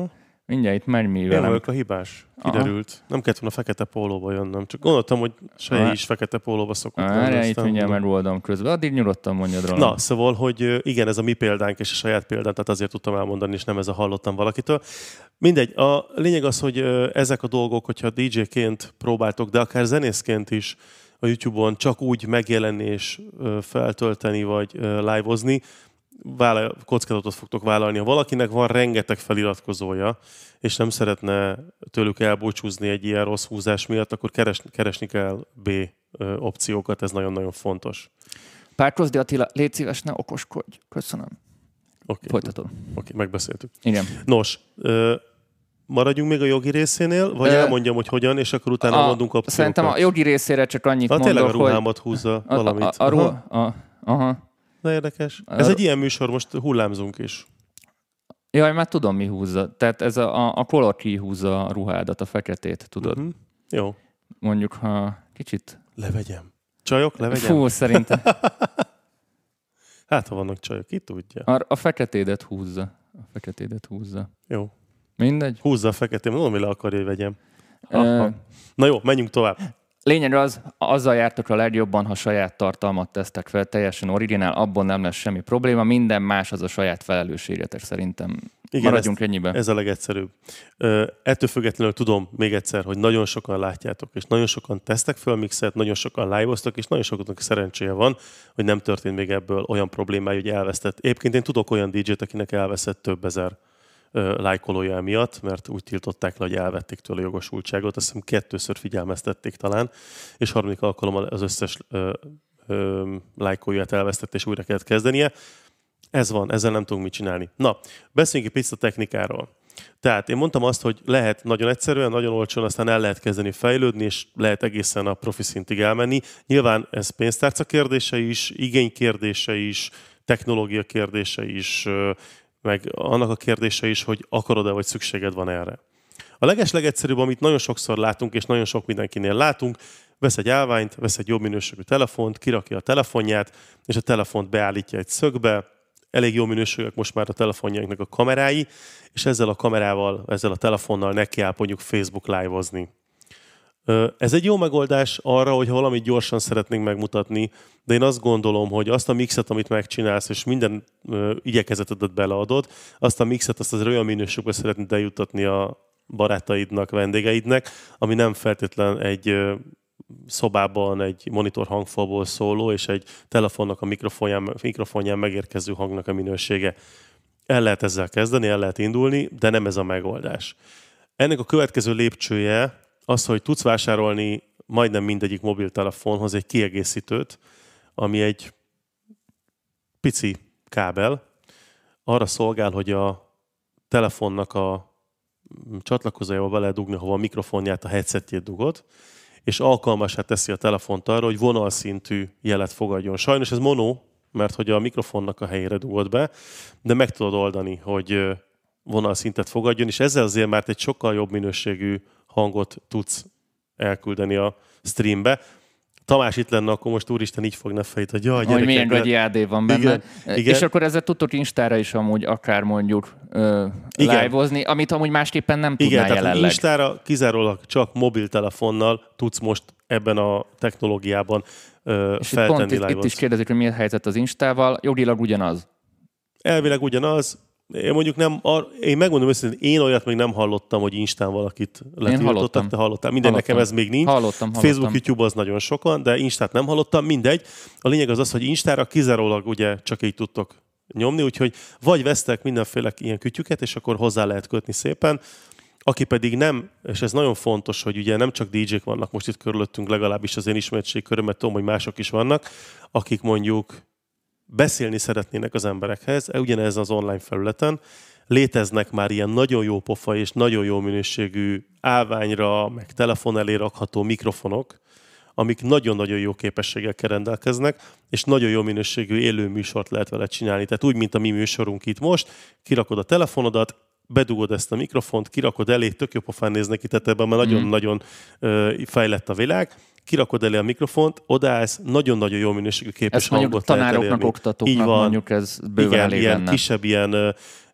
Mindjárt itt megy mi Én velem. vagyok a hibás. Kiderült. Aha. Nem kellett volna fekete pólóba jönnöm. Csak gondoltam, hogy Saja is fekete pólóba szokott. Erre itt mindjárt megoldom közben. Addig nyugodtan mondjad róla. Na, szóval, hogy igen, ez a mi példánk és a saját példánk, tehát azért tudtam elmondani, és nem ez a hallottam valakitől. Mindegy, a lényeg az, hogy ezek a dolgok, hogyha dé dzsé-ként próbáltok, de akár zenészként is a YouTube-on csak úgy megjelenni és feltölteni, vagy live-ozni, vállal, kockázatot fogtok vállalni. Ha valakinek van rengeteg feliratkozója, és nem szeretne tőlük elbúcsúzni egy ilyen rossz húzás miatt, akkor keres, keresni kell B opciókat, ez nagyon-nagyon fontos. Párkozdi Attila, légy szíves, ne okoskodj. Köszönöm. Okay. Folytatod. Oké, okay, megbeszéltük. Igen. Nos, maradjunk még a jogi részénél, vagy Ö, elmondjam, hogy hogyan, és akkor utána a, mondunk opciókat. Szerintem a jogi részére csak annyit Na, mondok, tényleg a ruhámat hogy... húzza a, valamit. A, a, a, aha. A, aha. Na érdekes. Ez a, egy ilyen műsor, most hullámzunk is. Jaj, már tudom, mi húzza. Tehát ez a, a color key húzza a ruhádat, a feketét, tudod? Uh-huh. Jó. Mondjuk, ha kicsit... Levegyem. Csajok, levegyem? Fú, szerintem. Hát, ha vannak csajok, ki tudja. A, a feketédet húzza. A feketédet húzza. Jó. Mindegy. Húzza a feketém, mondom, mi le akarja, hogy vegyem. Uh, Na jó, menjünk tovább. Lényeg az, azzal jártok a legjobban, ha saját tartalmat tesztek fel, teljesen originál, abban nem lesz semmi probléma, minden más az a saját felelősségetek szerintem. Igen, maradjunk ezt, ennyiben. Ez a legegyszerűbb. Uh, ettől függetlenül tudom még egyszer, hogy nagyon sokan látjátok, és nagyon sokan tesztek fel mixet, nagyon sokan live-oztak, és nagyon sokaknak szerencséje van, hogy nem történt még ebből olyan problémája, hogy elvesztett. Egyébként én tudok olyan dé dzsét, akinek elveszett több ezer lájkolója miatt, mert úgy tiltották le, hogy elvették tőle a jogosultságot, azt hiszem kettőször figyelmeztették talán, és harmadik alkalommal az összes ö, ö, lájkolóját elvesztett, és újra kellett kezdenie. Ez van, ezzel nem tudunk mit csinálni. Na, beszéljünk egy picit a technikáról. Tehát én mondtam azt, hogy lehet nagyon egyszerűen, nagyon olcsón, aztán el lehet kezdeni fejlődni, és lehet egészen a profi szintig elmenni. Nyilván ez pénztárca kérdése is, igény kérdése is, technológia kérdése is, meg annak a kérdése is, hogy akarod-e, vagy szükséged van erre. A legeslegegyszerűbb, amit nagyon sokszor látunk, és nagyon sok mindenkinél látunk, vesz egy állványt, vesz egy jobb minőségű telefont, kirakja a telefonját, és a telefont beállítja egy szögbe. Elég jó minőségűek most már a telefonjainknak a kamerái, és ezzel a kamerával, ezzel a telefonnal nekiáll mondjuk Facebook live-ozni. Ez egy jó megoldás arra, hogy ha valamit gyorsan szeretnénk megmutatni, de én azt gondolom, hogy azt a mixet, amit megcsinálsz, és minden igyekezetedet beleadod, azt a mixet, azt az olyan minőségben szeretnéd eljuttatni a barátaidnak, vendégeidnek, ami nem feltétlen egy szobában egy monitor hangfalból szóló, és egy telefonnak a mikrofonján, mikrofonján megérkező hangnak a minősége. El lehet ezzel kezdeni, el lehet indulni, de nem ez a megoldás. Ennek a következő lépcsője az, hogy tudsz vásárolni majdnem mindegyik mobiltelefonhoz egy kiegészítőt, ami egy pici kábel, arra szolgál, hogy a telefonnak a csatlakozójába be lehet dugni, hova a mikrofonját, a headsetjét dugod, és alkalmassá teszi a telefont arra, hogy vonalszintű jelet fogadjon. Sajnos ez mono, mert hogy a mikrofonnak a helyére dugod be, de meg tudod oldani, hogy vonalszintet fogadjon, és ezzel azért már egy sokkal jobb minőségű hangot tudsz elküldeni a streambe. Tamás itt lenne, akkor most úristen így fogna fejt, hogy jaj, hogy milyen gagyi á dé van benne. Igen, igen. És akkor ezzel tudtok Instára is amúgy akár mondjuk uh, live-ozni, amit amúgy másképpen nem tudnál igen, jelenleg. Igen, Instára kizárólag csak mobiltelefonnal tudsz most ebben a technológiában uh, és feltenni itt, live-ot. Itt is kérdezik, hogy mi a helyzet az Instával. Jogilag ugyanaz. Elvileg ugyanaz. Én mondjuk nem, én megmondom őszintén, én olyat még nem hallottam, hogy Instán valakit letiltottak, te hallottál. Minden hallottam. Nekem ez még nincs. Hallottam, hallottam. Facebook, YouTube az nagyon sokan, de Instát nem hallottam, mindegy. A lényeg az az, hogy Instára kizárólag ugye csak így tudtok nyomni, úgyhogy vagy vesztek mindenféle ilyen kütyüket, és akkor hozzá lehet kötni szépen. Aki pedig nem, és ez nagyon fontos, hogy ugye nem csak dé dzsék vannak most itt körülöttünk, legalábbis az én ismertség körömet tudom, hogy mások is vannak, akik mondjuk beszélni szeretnének az emberekhez, ugyanez az online felületen, léteznek már ilyen nagyon jó pofa és nagyon jó minőségű állványra, meg telefon elé rakható mikrofonok, amik nagyon-nagyon jó képességekkel rendelkeznek, és nagyon jó minőségű élő műsort lehet vele csinálni. Tehát úgy, mint a mi műsorunk itt most, kirakod a telefonodat, bedugod ezt a mikrofont, kirakod elé, tök jó pofán néznek ki, tehát ebben már nagyon-nagyon mm. fejlett a világ, kirakod elé a mikrofont, odaállsz, nagyon-nagyon jó minőségű képes ezt hangot lehet elérni. Ezt mondjuk tanároknak, oktatóknak mondjuk ez bőven igen, elég ilyen lenne. kisebb ilyen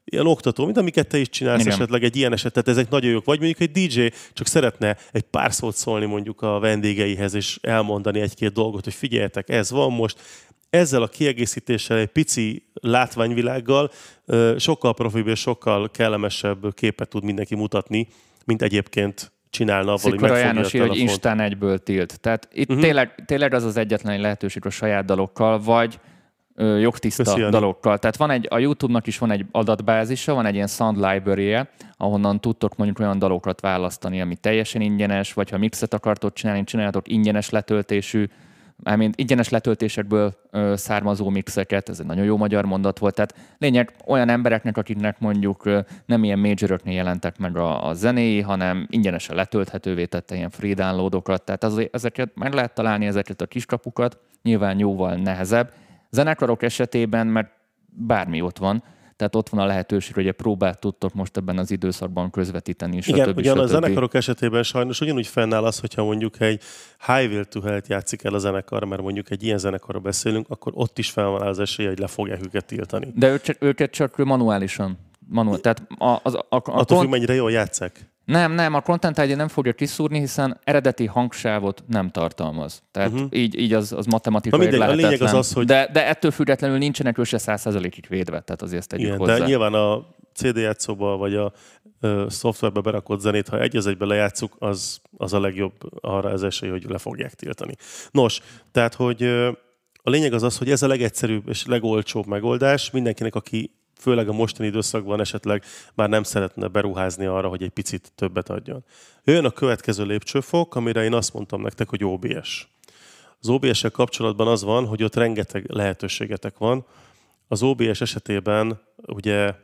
ilyen oktató, mint amiket te is csinálsz. Igen. Esetleg egy ilyen eset, tehát ezek nagyon jók. Vagy mondjuk egy dé dzsé csak szeretne egy pár szót szólni mondjuk a vendégeihez, és elmondani egy-két dolgot, hogy figyeljetek, ez van most. Ezzel a kiegészítéssel, egy pici látványvilággal sokkal profibb és sokkal kellemesebb képet tud mindenki mutatni, mint egyébként csinálna. Szikora János ír, hogy Instán egyből tilt. Tehát itt uh-huh. tényleg, tényleg az az egyetlen lehetőség a saját dalokkal, vagy ö, jogtiszta Köszönöm. dalokkal. Tehát van egy, a YouTube-nak is van egy adatbázisa, van egy ilyen sound library-je, ahonnan tudtok mondjuk olyan dalokat választani, ami teljesen ingyenes, vagy ha mixet akartok csinálni, csináljátok ingyenes letöltésű, mármint ingyenes letöltésekből ö, származó mixeket, ez egy nagyon jó magyar mondat volt. Tehát lényeg olyan embereknek, akiknek mondjuk ö, nem ilyen majoröknél jelentek meg a, a zenéi, hanem ingyenesen letölthetővé tette ilyen free downloadokat. Tehát az, ezeket meg lehet találni, ezeket a kiskapukat, nyilván jóval nehezebb. Zenekarok esetében, mert bármi ott van, tehát ott van a lehetőség, hogy próbát tudtok most ebben az időszakban közvetíteni. Igen, ugyan a zenekarok esetében sajnos ugyanúgy fennáll az, hogyha mondjuk egy High Will to Hell-t játszik el a zenekar, mert mondjuk egy ilyen zenekarról beszélünk, akkor ott is fel van az esélye, hogy le fogják őket tiltani. De őket, őket csak manuálisan. Manuál, tehát a, az, a, a, a attól függ, mennyire jól játsszák. Nem, nem, a Content i dé nem fogja kiszúrni, hiszen eredeti hangsávot nem tartalmaz. Tehát uh-huh. így, így az, az matematikailag lehetetlen. A lényeg az az, hogy... de, de ettől függetlenül nincsenek ő se száz százalékig védve, tehát azért ezt tegyük igen, hozzá. De nyilván a cé dé játszóba vagy a ö, szoftverbe berakott zenét, ha egy az egybe lejátszuk, az, az a legjobb arra az esély, hogy le fogják tiltani. Nos, tehát, hogy ö, a lényeg az az, hogy ez a legegyszerűbb és legolcsóbb megoldás mindenkinek, aki főleg a mostani időszakban esetleg már nem szeretne beruházni arra, hogy egy picit többet adjon. Jön a következő lépcsőfok, amire én azt mondtam nektek, hogy o bé es. Az o bé es-sel kapcsolatban az van, hogy ott rengeteg lehetőségetek van. Az o bé es esetében ugye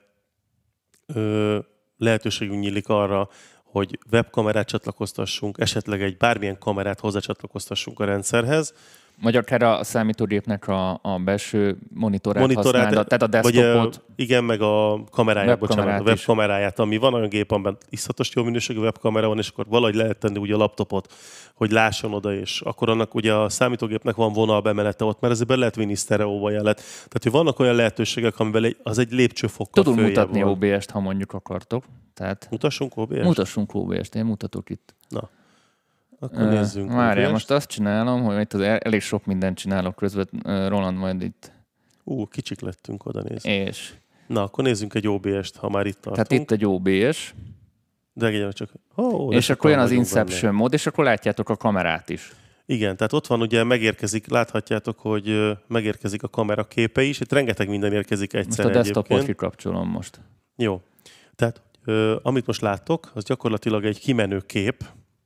ö, lehetőségünk nyílik arra, hogy webkamerát csatlakoztassunk, esetleg egy bármilyen kamerát hozzácsatlakoztassunk a rendszerhez. Vagy akár a számítógépnek a, a belső monitorát, monitorát használod, tehát a desktopot. Vagy, igen, meg a kameráját, bocsánat, a webkameráját, ami van olyan gép, amiben iszonyatos jó minőségű webkamera van, és akkor valahogy lehet tenni ugye a laptopot, hogy lásson oda, és akkor annak ugye a számítógépnek van vonalbemenete ott, mert ezért be lehet vinni sztereóba jelet. Tehát, hogy vannak olyan lehetőségek, amivel az egy lépcsőfokkal tudunk mutatni van. o bé est, ha mondjuk akartok. Tehát mutassunk o bé est? Mutassunk o bé est, én mutatok itt. Na. Akkor uh, nézzünk. Várjál, most azt csinálom, hogy itt az elég sok mindent csinálok közvet. Uh, Roland majd itt. Ú, uh, kicsik lettünk, oda nézni. És? Na, akkor nézzünk egy o bé est, ha már itt tartunk. Tehát itt egy o bé es. De egyen csak... Oh, és akkor jön az Inception mód, és akkor látjátok a kamerát is. Igen, tehát ott van ugye megérkezik, láthatjátok, hogy megérkezik a kamera képe is, itt rengeteg minden érkezik egyszerre. Most a desktopot kikapcsolom most. Jó. Tehát uh, amit most láttok, az gyakorlatilag egy kimenő kép,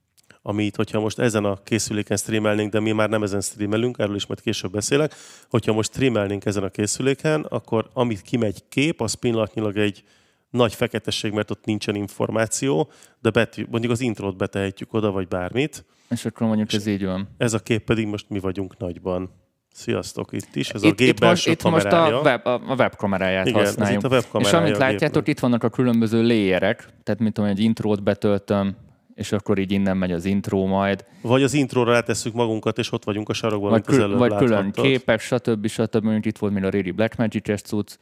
amit, hogyha most ezen a készüléken streamelnénk, de mi már nem ezen streamelünk, erről is majd később beszélek, hogyha most streamelnénk ezen a készüléken, akkor amit kimegy kép, az pillanatnyilag egy nagy feketesség, mert ott nincsen információ, de bet, mondjuk az intrót betehetjük oda, vagy bármit. És akkor mondjuk ez így van. Ez a kép pedig most mi vagyunk nagyban. Sziasztok, itt is, ez itt, a gép itt belső most, kamerája. Itt most a, web, a webkameráját igen, használjuk. Ez itt a webkamerája. És amit látjátok, itt vannak a különböző layerek, tehát mint tudom, egy intrót betöltöm, és akkor így innen megy az intro majd. Vagy az intróra rátesszük magunkat, és ott vagyunk a sarokban, vagy amit az előbb Vagy láthattad. külön képek, stb. stb. Mint itt volt, mint a régi Blackmagic-es cucc.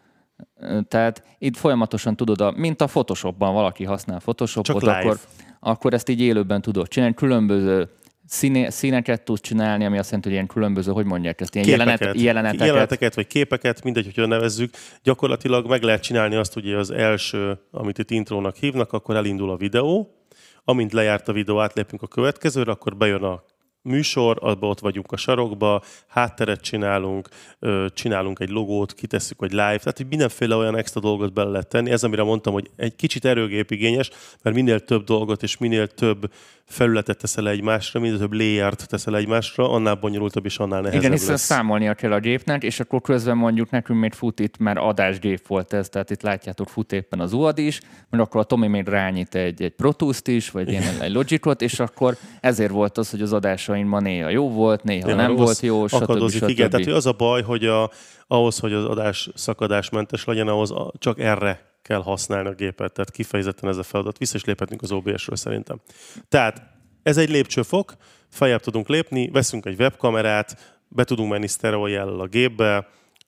Tehát itt folyamatosan tudod, a, mint a Photoshopban valaki használ Photoshopot, akkor, akkor ezt így élőben tudod csinálni. Különböző színe, színeket tudsz csinálni, ami azt jelenti, hogy ilyen különböző, hogy mondják ezt, ilyen jelenet, jeleneteket. jeleneteket, vagy képeket, mindegy, hogyha nevezzük. Gyakorlatilag meg lehet csinálni azt, hogy az első, amit itt intrónak hívnak, akkor elindul a videó. Amint lejárt a videó, átlépünk a következőre, akkor bejön a műsor, abban ott vagyunk a sarokba, hátteret csinálunk, csinálunk egy logót, kitesszük, hogy live, tehát hogy mindenféle olyan extra dolgot bele lehet tenni. Ez, amire mondtam, hogy egy kicsit erőgépigényes, mert minél több dolgot és minél több felületet teszel egymásra, minél több layert teszel egymásra, annál bonyolultabb és annál nehezebb igen, hiszen lesz. számolnia kell a gépnek, és akkor közben mondjuk nekünk még fut itt, mert adásgép volt ez, tehát itt látjátok, fut éppen az u á dé is, mert akkor a Tomi még rányít egy, egy Pro Tools-t is, vagy én egy Logicot, és akkor ezért volt az, hogy az adásaimban néha jó volt, néha ja, nem volt jó, stb. stb. Igen, tehát az a baj, hogy a, ahhoz, hogy az adás szakadásmentes legyen, ahhoz csak erre kell használni a gépet, tehát kifejezetten ez a feladat. Vissza is léphetünk az o bé es-ről szerintem. Tehát ez egy lépcsőfok, feljebb tudunk lépni, veszünk egy webkamerát, be tudunk menni sztereójellel a gépbe,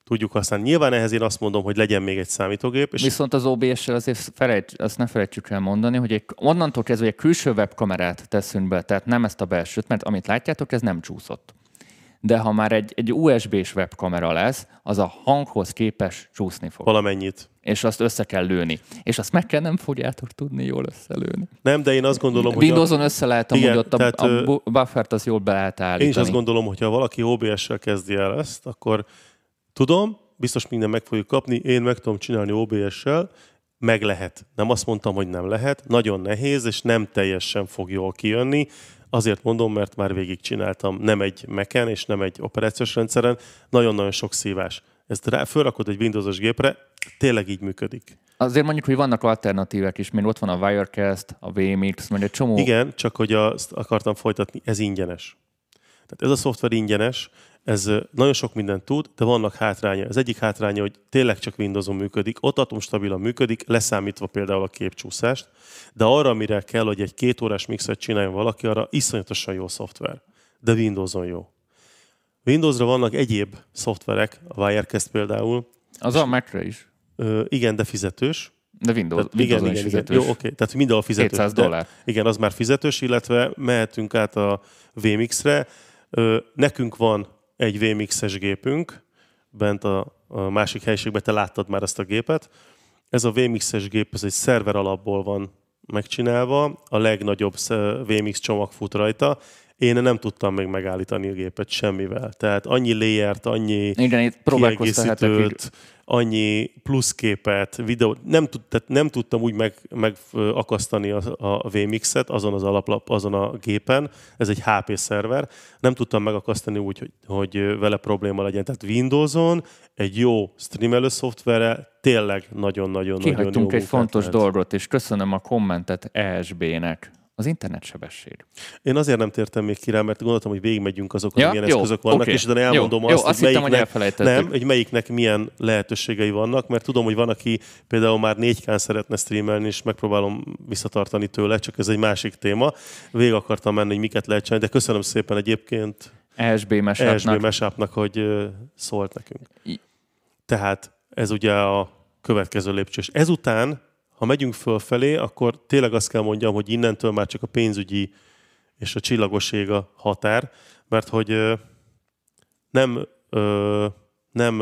tudjuk használni. Nyilván ehhez én azt mondom, hogy legyen még egy számítógép. És viszont az o bé es-sel azért felejts, azt ne felejtsük el mondani, hogy egy, onnantól kezdve egy külső webkamerát teszünk be, tehát nem ezt a belsőt, mert amit látjátok, ez nem csúszott. De ha már egy, egy u es bé-s webkamera lesz, az a hanghoz képes csúszni fog. Valamennyit. És azt össze kell lőni. És azt meg kell, nem fogjátok tudni jól összelőni. Nem, de én azt gondolom, hogy... Windowson a... össze lehet, amúgy ott tehát, a, a buffert az jól be lehet állítani. Én is azt gondolom, hogy ha valaki o bé es-sel kezdi el ezt, akkor tudom, biztos minden meg fogjuk kapni, én meg tudom csinálni o bé es-sel, meg lehet. Nem azt mondtam, hogy nem lehet, nagyon nehéz, és nem teljesen fog jól kijönni. Azért mondom, mert már végig csináltam, nem egy Mac-en, és nem egy operációs rendszeren, nagyon-nagyon sok szívás. Ezt rá, fölrakod egy Windowsos gépre, tényleg így működik. Azért mondjuk, hogy vannak alternatívek is, mert ott van a Wirecast, a vé em iksz, meg egy csomó... Igen, csak hogy azt akartam folytatni, ez ingyenes. Tehát ez a szoftver ingyenes, ez nagyon sok mindent tud, de vannak hátránya. Az egyik hátránya, hogy tényleg csak Windowson működik, ott atomstabilan működik, leszámítva például a képcsúszást, de arra, amire kell, hogy egy két órás mixet csináljon valaki, arra iszonyatosan jó szoftver. De Windowson jó. Windowsra vannak egyéb szoftverek, a Wirecast például. Az a Mac-re is. Ö, igen, de fizetős. De Windows, tehát, igen, igen, is fizetős. Igen. Jó, oké, tehát mindenhol fizetős. kétszáz dollár. Igen, az már fizetős, illetve mehetünk át a vé em iksz-re. Ö, nekünk van egy vé em iksz-es gépünk, bent a, a másik helyiségben, te láttad már ezt a gépet. Ez a vé em iksz-es gép, ez egy szerver alapból van megcsinálva, a legnagyobb vé em iksz csomag fut rajta. Én nem tudtam még megállítani a gépet semmivel. Tehát annyi layert, annyi igen, kiegészítőt, annyi pluszképet, videót, nem, tud, tehát nem tudtam úgy meg, megakasztani a, a vé em iksz-et azon az alaplap, azon a gépen. Ez egy há pé szerver. Nem tudtam megakasztani úgy, hogy, hogy vele probléma legyen. Tehát Windowson egy jó streamelő szoftverrel tényleg nagyon-nagyon-nagyon jó. Kihagytunk egy fontos lehet. dolgot, és köszönöm a kommentet e es bé-nek. Az internetsebesség. Én azért nem tértem még ki rá, mert gondoltam, hogy végigmegyünk azokon, ja, milyen jó, eszközök vannak, okay. és utána elmondom jó, azt, jó, azt hogy, hittem, melyiknek, hogy nem, hogy melyiknek milyen lehetőségei vannak, mert tudom, hogy van, aki például már négy kán szeretne streamelni, és megpróbálom visszatartani tőle, csak ez egy másik téma. Végig akartam menni, hogy miket lehet csinálni, de köszönöm szépen egyébként e es bé Mashupnak, hogy szólt nekünk. I- Tehát ez ugye a következő lépcső. Ezután ha megyünk fölfelé, akkor tényleg azt kell mondjam, hogy innentől már csak a pénzügyi és a csillagoség a határ, mert hogy nem, nem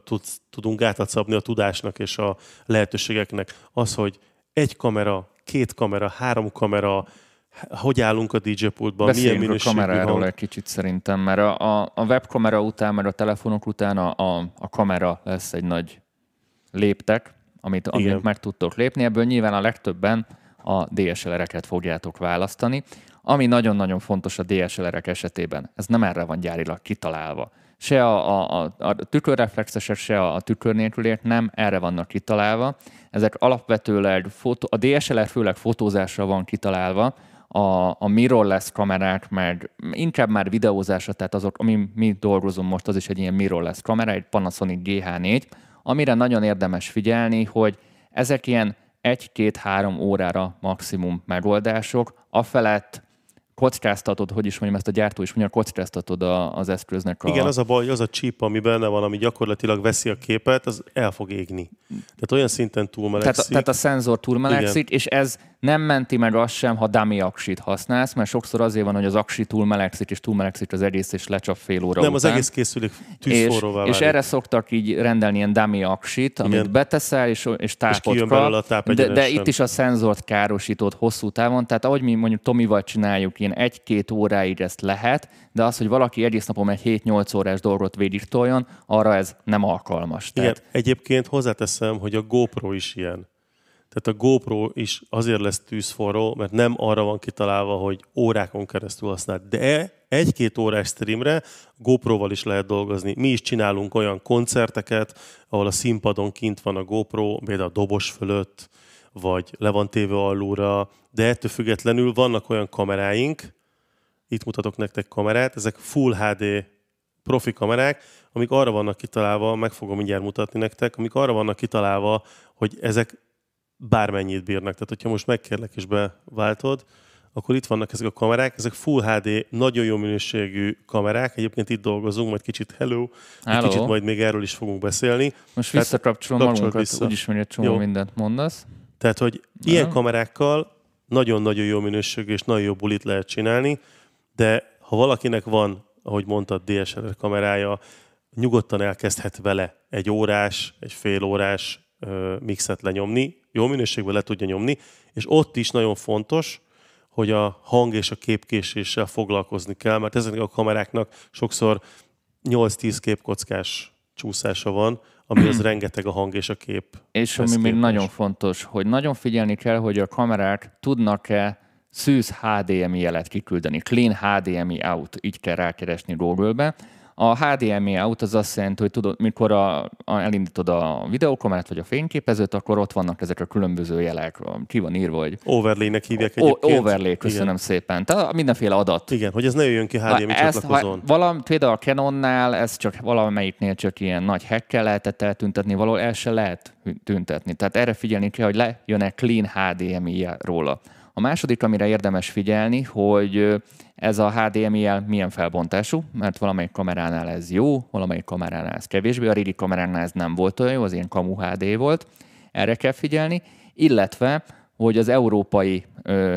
tudunk gátat szabni a tudásnak és a lehetőségeknek. Az, hogy egy kamera, két kamera, három kamera, hogy állunk a dé jé pultban, beszéljünk milyen minőségű a kameráról hang. egy kicsit szerintem, mert a, a, a webkamera után, mert a telefonok után a, a, a kamera lesz egy nagy léptek, amit, amit meg tudtok lépni. Ebből nyilván a legtöbben a dé es el er-eket fogjátok választani. Ami nagyon-nagyon fontos a dé es el er-ek esetében, ez nem erre van gyárilag kitalálva. Se a, a, a tükörreflexesek, se a, a tükör nélküliek nem erre vannak kitalálva. Ezek alapvetőleg, fotó, a dé es el er főleg fotózásra van kitalálva, a, a mirrorless kamerák, meg inkább már videózásra, tehát azok, ami mi dolgozunk most, az is egy ilyen mirrorless kamera, egy Panasonic gé há négy, amire nagyon érdemes figyelni, hogy ezek ilyen egy-két-három órára maximum megoldások, afelett kockáztatod, hogy is mondjam, ezt a gyártó is mondja, kockáztatod a, az eszköznek a... Igen, az a baj, az a csíp, ami benne van, ami gyakorlatilag veszi a képet, az el fog égni. Tehát olyan szinten túlmelegszik. Tehát a, tehát a szenzor túlmelegszik, és ez nem menti meg azt sem, ha dummy aksit használsz, mert sokszor azért van, hogy az aksi túlmelegszik, és túlmelegszik az egész, és lecsap fél óra Nem, után. az egész készülék tűzforróvá és, és erre szoktak így rendelni ilyen dummy aksit, amit igen. beteszel, és, és tápot és kap, táp de, de itt is a szenzort károsítod hosszú távon, tehát ahogy mi mondjuk Tomival csináljuk, ilyen egy-két óráig ezt lehet, de az, hogy valaki egész napon egy hét-nyolc órás dolgot végig toljon, arra ez nem alkalmas. Igen, tehát... egyébként hozzáteszem, hogy a GoPro is ilyen. Tehát a GoPro is azért lesz tűzforró, mert nem arra van kitalálva, hogy órákon keresztül használ. De egy-két órás streamre GoPro-val is lehet dolgozni. Mi is csinálunk olyan koncerteket, ahol a színpadon kint van a GoPro, például a dobos fölött, vagy le van téve alulra, de ettől függetlenül vannak olyan kameráink, itt mutatok nektek kamerát, ezek Full há dé profi kamerák, amik arra vannak kitalálva, meg fogom mindjárt mutatni nektek, amik arra vannak kitalálva, hogy ezek bármennyit bírnak. Tehát, hogyha most megkérlek és beváltod, akkor itt vannak ezek a kamerák, ezek Full há dé, nagyon jó minőségű kamerák, egyébként itt dolgozunk, majd kicsit hello, hello. Egy kicsit majd még erről is fogunk beszélni. Most visszakapcsolom magunkat, vissza. Úgyis még egy csomó mindent mondasz. Tehát, hogy Na. ilyen kamerákkal nagyon-nagyon jó minőségű és nagyon jó bulit lehet csinálni, de ha valakinek van, ahogy mondtad, dé es el er kamerája, nyugodtan elkezdhet vele egy órás, egy fél órás ö, mixet lenyomni, jó minőségben le tudja nyomni, és ott is nagyon fontos, hogy a hang és a képkéséssel foglalkozni kell, mert ezeknek a kameráknak sokszor nyolc-tíz képkockás csúszása van, ami az rengeteg a hang és a kép. És ami még nagyon fontos, hogy nagyon figyelni kell, hogy a kamerák tudnak-e szűz há dé em i jelet kiküldeni, clean há dé em i out, így kell rákeresni Google-be. A há dé em i out az azt jelenti, hogy tudod, mikor a, a, elindítod a videókamerát vagy a fényképezőt, akkor ott vannak ezek a különböző jelek, ki van írva, hogy... Overlay-nek hívják egyébként. Overlay, köszönöm Igen. szépen. Tehát mindenféle adat. Igen, hogy ez ne jöjjön ki há dé em i csatlakozón. Valami, például a Canonnál, ez csak valamelyiknél csak ilyen nagy hackkel lehetett eltüntetni, valahol el se lehet tüntetni. Tehát erre figyelni kell, hogy lejön-e clean há dé em i róla. A második, amire érdemes figyelni, hogy ez a há dé em i jel milyen felbontású, mert valamelyik kameránál ez jó, valamelyik kameránál ez kevésbé, a régi kameránál ez nem volt olyan jó, az ilyen kamu há dé volt. Erre kell figyelni, illetve, hogy az európai ö,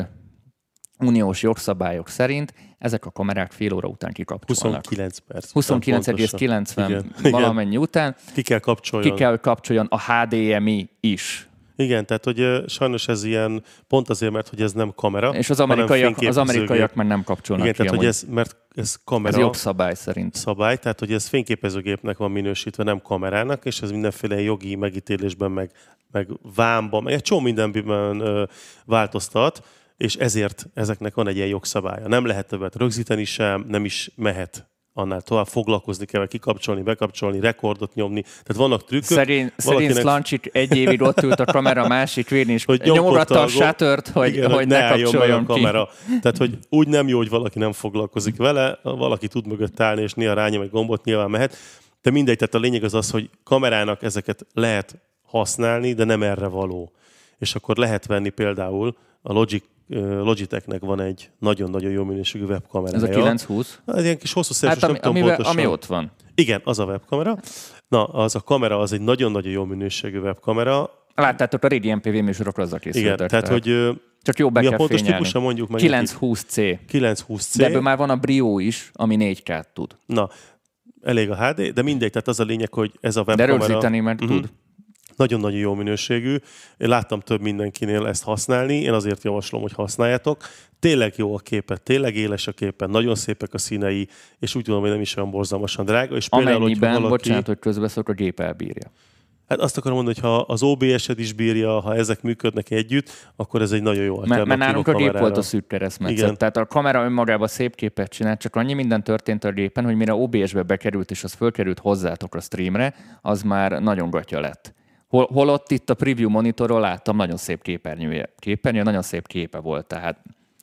uniós jogszabályok szerint ezek a kamerák fél óra után kikapcsolnak. huszonkilenc perc. huszonkilenc egész kilencven valamennyi után. Ki kell kapcsoljon. Ki kell, hogy kapcsoljon a há dé em i is. Igen, tehát hogy uh, sajnos ez ilyen, pont azért, mert hogy ez nem kamera, és az amerikaiak, az amerikaiak már nem kapcsolnak. Igen, ki, tehát hogy ez, mert ez kamera. Ez jogszabály szerint. Szabály, tehát hogy ez fényképezőgépnek van minősítve, nem kamerának, és ez mindenféle jogi megítélésben, meg, meg vámban, meg egy csomó mindenben uh, változtat, és ezért ezeknek van egy ilyen jogszabálya. Nem lehet többet rögzíteni sem, nem is mehet annál tovább, foglalkozni kell, kikapcsolni, bekapcsolni, rekordot nyomni. Tehát vannak trükkök. Szerint, valakinek... szerint Slancsit egy évig ott ült a kamera másik végén, és nyomogatta a shuttert, hogy, igen, hogy ne, ne kapcsoljon a kamera. Tehát, hogy úgy nem jó, hogy valaki nem foglalkozik vele, valaki tud mögött állni, és néha rányom egy gombot, nyilván mehet. De mindegy, tehát a lényeg az az, hogy kamerának ezeket lehet használni, de nem erre való. És akkor lehet venni például a Logic Logitechnek van egy nagyon-nagyon jó minőségű webkamerája. Ez a kilencszázhúsz? Ez ilyen kis hosszú szerűs, hát, ami, ami, ami ott van. Igen, az a webkamera. Na, az a kamera, az egy nagyon-nagyon jó minőségű webkamera. Láttátok, a régi em pé vé műsorokra azzal készültek. Igen, tehát, tehát hogy... Csak jó be mi kell a pontos fényelni. típusa mondjuk meg? kilencszázhúsz cé. kilencszázhúsz cé. De ebből már van a Brio is, ami négy ká-t tud. Na, elég a há dé, de mindegy, tehát az a lényeg, hogy ez a webkamera... De rögzíteni, mert uh-huh. tud. Nagyon-nagyon jó minőségű. Én láttam több mindenkinél ezt használni, én azért javaslom, hogy használjátok. Tényleg jó a képet, tényleg éles a képen, nagyon szépek a színei, és úgy tudom, hogy nem is olyan borzalmasan drága. És például, amennyiben, valaki... bocsánat, hogy közbeszok, a gép elbírja. Hát azt akarom mondani, hogy ha az o bé es-ed is bírja, ha ezek működnek együtt, akkor ez egy nagyon jó alternatíva. Mert nálunk a gép volt a szűk keresztmetszet. Tehát a kamera önmagában szép képet csinált, csak annyi minden történt a gépen, hogy mire o bé es-be bekerült, és az fölkerült hozzátok a streamre, az már nagyon gatya lett. Hol, holott itt a preview monitoron láttam, nagyon szép képernyője. Képernyő, nagyon szép képe volt, tehát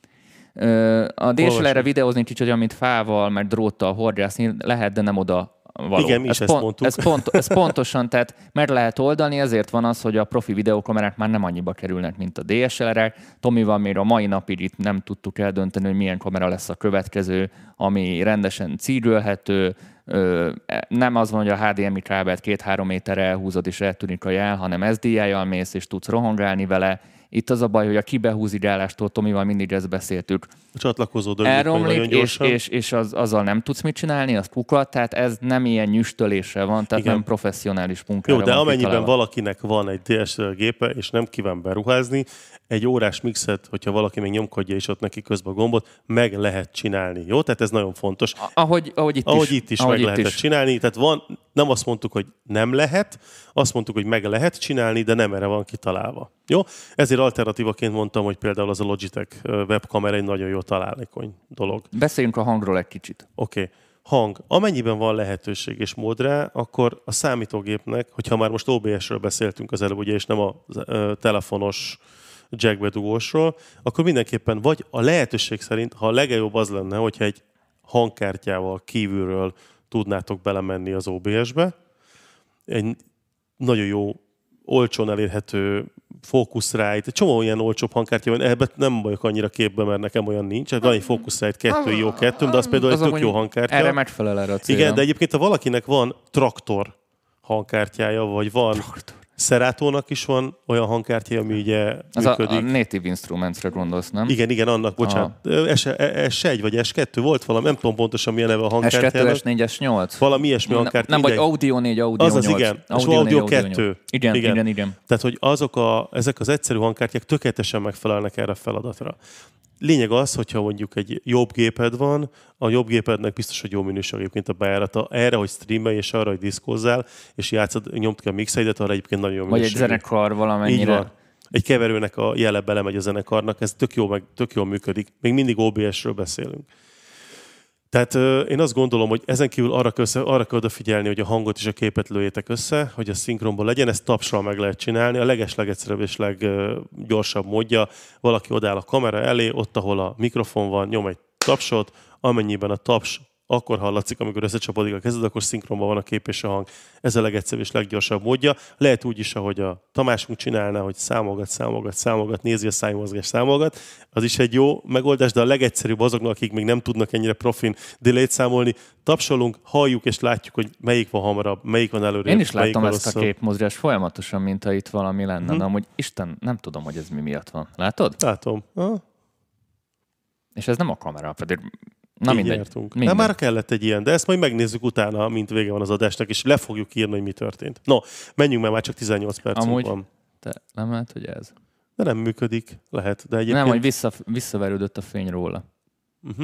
a dé es el erre videózni kicsit olyan, mint fával, mert dróttal horgászni lehet, de nem oda való. Igen, mi is ez ezt pont, mondtuk. Ez, pont, ez pontosan, tehát meg lehet oldani, ezért van az, hogy a profi videókamerák már nem annyiba kerülnek, mint a dé es el erek. Tomival még a mai napig itt nem tudtuk eldönteni, hogy milyen kamera lesz a következő, ami rendesen cígölhető, nem az van, hogy a há dé em i kábelt két-három méterre elhúzod és eltűnik a jel, hanem es dé i-jal mész és tudsz rohangálni vele. Itt az a baj, hogy a kibehúzigálástól Tomival mindig ezt beszéltük. A csatlakozó elromlik, és, és, és az, azzal nem tudsz mit csinálni, az kukat, tehát ez nem ilyen nyüstölésre van, tehát Igen. nem professzionális munkára Jó, de van amennyiben kitalálva. valakinek van egy dé es el er gépe, és nem kíván beruházni, egy órás mixet, hogyha valaki még nyomkodja és ott neki közben a gombot, meg lehet csinálni. Jó? Tehát ez nagyon fontos. Ahogy, ahogy itt ahogy is. Itt is ahogy meg itt lehetett is. csinálni. Tehát van, nem azt mondtuk, hogy nem lehet, azt mondtuk, hogy meg lehet csinálni, de nem erre van kitalálva. Jó? Ezért alternatívaként mondtam, hogy például az a Logitech webkamera egy nagyon jó találékony dolog. Beszéljünk a hangról egy kicsit. Oké. Okay. Hang. Amennyiben van lehetőség és mód rá, akkor a számítógépnek, hogyha már most o bé es-ről beszéltünk az előbb, ugye, és nem a telefonos jackbedugósról, akkor mindenképpen vagy a lehetőség szerint, ha a legjobb az lenne, hogyha egy hangkártyával kívülről tudnátok belemenni az o bé es-be, egy nagyon jó, olcsón elérhető Focusrite, egy csomó olyan olcsóbb hangkártya van, ebben nem vagyok annyira képben, mert nekem olyan nincs. Van egy Focusrite kettő jó kettőm, de az például egy tök jó hangkártya. Erre megfelel erre a célra. Igen, de egyébként ha valakinek van traktor hangkártyája, vagy van traktor. Seratónak is van olyan hangkártyája, ami ugye az működik. A, a Native Instruments-re gondolsz, nem? Igen, igen, annak, bocsánat. es egy vagy es kettő volt valami, nem tudom pontosan milyen neve a hangkártyának. es kettő, es négy, es nyolc. Valami ilyesmi hangkártya. Nem, vagy Audio négy, Audio az nyolc. Az az, igen. Audio és Audio négy, kettő. Igen, igen, igen, igen. Tehát, hogy azok a, ezek az egyszerű hangkártyák tökéletesen megfelelnek erre a feladatra. Lényeg az, hogyha mondjuk egy jobb géped van, a jobb gépednek biztos, hogy jó minőség egyébként a bejárata. Erre, hogy streamelj, és arra, hogy diszkózzál, és játszod, nyomd ki a mixeidet, arra egyébként nagyon jó minőség. Vagy egy zenekar valamennyire. Így van. Egy keverőnek a jele belemegy a zenekarnak, ez tök, jó, meg, tök jól működik. Még mindig o bé es-ről beszélünk. Tehát euh, én azt gondolom, hogy ezen kívül arra kell, arra kell odafigyelni, hogy a hangot és a képet lőjétek össze, hogy a szinkronban legyen, ezt tapsral meg lehet csinálni. A legeslegegyszerűbb és leggyorsabb módja, valaki odáll a kamera elé, ott, ahol a mikrofon van, nyom egy tapsot, amennyiben a taps akkor hallatszik, amikor összecsapódik a kezed, akkor szinkronban van a kép és a hang. Ez a legegyszerűbb és leggyorsabb módja. Lehet úgy is, ahogy a Tamásunk csinálná, hogy számolgat, számolgat, számolgat, nézi a szájmozgás, számolgat. Az is egy jó megoldás, de a legegyszerűbb azoknak, akik még nem tudnak ennyire profin delay-t számolni. Tapsolunk, halljuk és látjuk, hogy melyik van hamarabb, melyik van előrébb. Én is láttam ezt rosszabb. A képmozgást folyamatosan, mint ha itt valami lenne. Hmm. De amúgy Isten, nem tudom, hogy ez mi miatt van. Látod? Látom. Ha? És ez nem a kamera, pedig... Na mindegy. mindegy. Már kellett egy ilyen, de ezt majd megnézzük utána, mint vége van az adásnak, és le fogjuk írni, hogy mi történt. No, menjünk, mert már csak tizennyolc percünk Amúgy van. Te nem lehet, hogy ez? De nem működik. Lehet, de egyébként... Nem, hogy vissza, visszaverődött a fény róla. Uh-huh.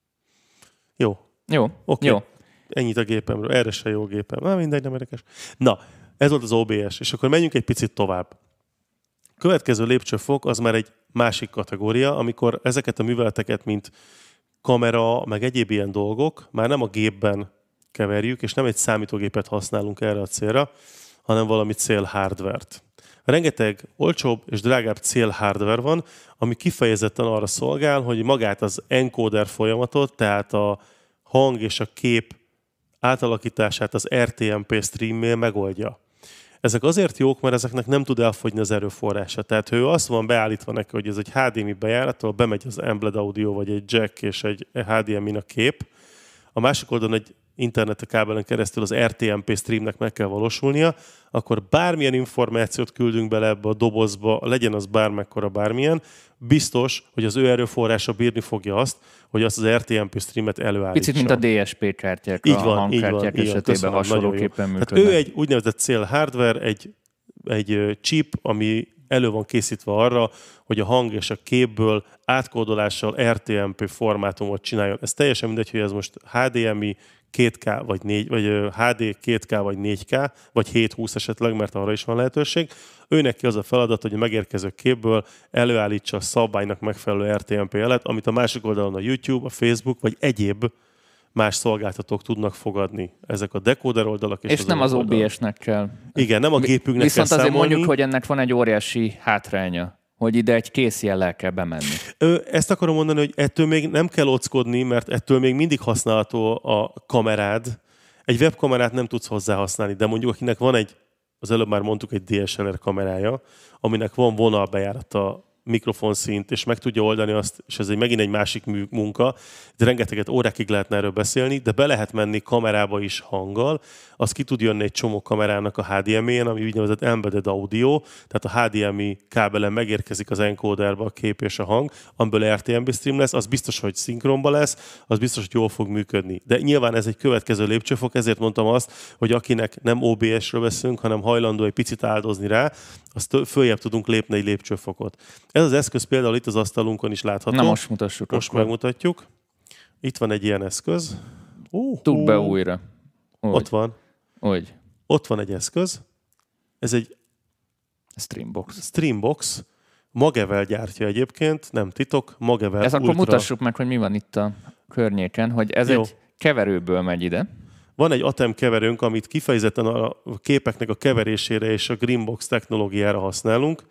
Jó. Jó. Okay. Jó. Ennyit a gépemről. Erre se jó gépem. Na, mindegy, nem érdekes. Na, ez volt az o bé es, és akkor menjünk egy picit tovább. Következő lépcsőfok az már egy másik kategória, amikor ezeket a műveleteket, mint kamera, meg egyéb ilyen dolgok már nem a gépben keverjük, és nem egy számítógépet használunk erre a célra, hanem valami cél-hardvert. Rengeteg olcsóbb és drágább cél-hardware van, ami kifejezetten arra szolgál, hogy magát az encoder folyamatot, tehát a hang és a kép átalakítását az er té em pé streammel megoldja. Ezek azért jók, mert ezeknek nem tud elfogyni az erőforrása. Tehát ő azt van beállítva neki, hogy ez egy há dé em i bejárattól bemegy az Embed Audio, vagy egy jack és egy há dé em i-n a kép. A másik oldalon egy internet kábelen keresztül az er té em pé streamnek meg kell valósulnia, akkor bármilyen információt küldünk bele ebbe a dobozba, legyen az bármekkora bármilyen, biztos, hogy az ő erőforrása bírni fogja azt, hogy azt az er té em pé streamet előállítsa. Picit, mint a dé es pé kártyák, így a van, hangkártyák van, esetében hasonlóképpen működnek. Tehát ő egy úgynevezett cél hardware, egy, egy chip, ami elő van készítve arra, hogy a hang és a képből átkódolással er té em pé formátumot csináljon. Ez teljesen mindegy, hogy ez most há dé em i, két ká vagy, négy, vagy há dé két ká vagy négy ká, vagy hétszázhúsz esetleg, mert arra is van lehetőség. Ő neki az a feladat, hogy a megérkező képből előállítsa a szabálynak megfelelő er té em pé jelet, amit a másik oldalon a YouTube, a Facebook vagy egyéb más szolgáltatók tudnak fogadni. Ezek a decoder oldalak. És, és az nem az oldal. o bé es-nek kell. Igen, nem a gépünknek Viszont kell azért számolni. mondjuk, hogy ennek van egy óriási hátránya, hogy ide egy kész jellel kell bemenni. Ö, ezt akarom mondani, hogy ettől még nem kell ockodni, mert ettől még mindig használható a kamerád. Egy webkamerát nem tudsz hozzá használni, de mondjuk akinek van egy, az előbb már mondtuk, egy dé es el er kamerája, aminek van vonalbejárata, mikrofonszint, és meg tudja oldani azt, és ez egy megint egy másik munka, de rengeteget órákig lehetne erről beszélni, de be lehet menni kamerába is hanggal, az ki tud jönni egy csomó kamerának a há dé em i-en, ami úgynevezett Embedded Audio, tehát a há dé em i kábelen megérkezik az encoderba a kép és a hang, amiből er té em pé stream lesz, az biztos, hogy szinkronba lesz, az biztos, hogy jól fog működni. De nyilván ez egy következő lépcsőfok, ezért mondtam azt, hogy akinek nem o bé es-ről beszélünk, hanem hajlandó egy picit áldozni rá, azt följebb tudunk lépni egy lépcsőfokot. Ez az eszköz például itt az asztalunkon is látható. Na most mutassuk. Most akkor megmutatjuk. Itt van egy ilyen eszköz. Uh, Tud be újra. Úgy. Ott van. Úgy. Ott van egy eszköz. Ez egy Streambox. Streambox. Magevel gyártja egyébként, nem titok. Magevel Ez Ultra. akkor mutassuk meg, hogy mi van itt a környéken, hogy ez Jó. egy keverőből megy ide. Van egy Atem keverőnk, amit kifejezetten a képeknek a keverésére és a Greenbox technológiára használunk.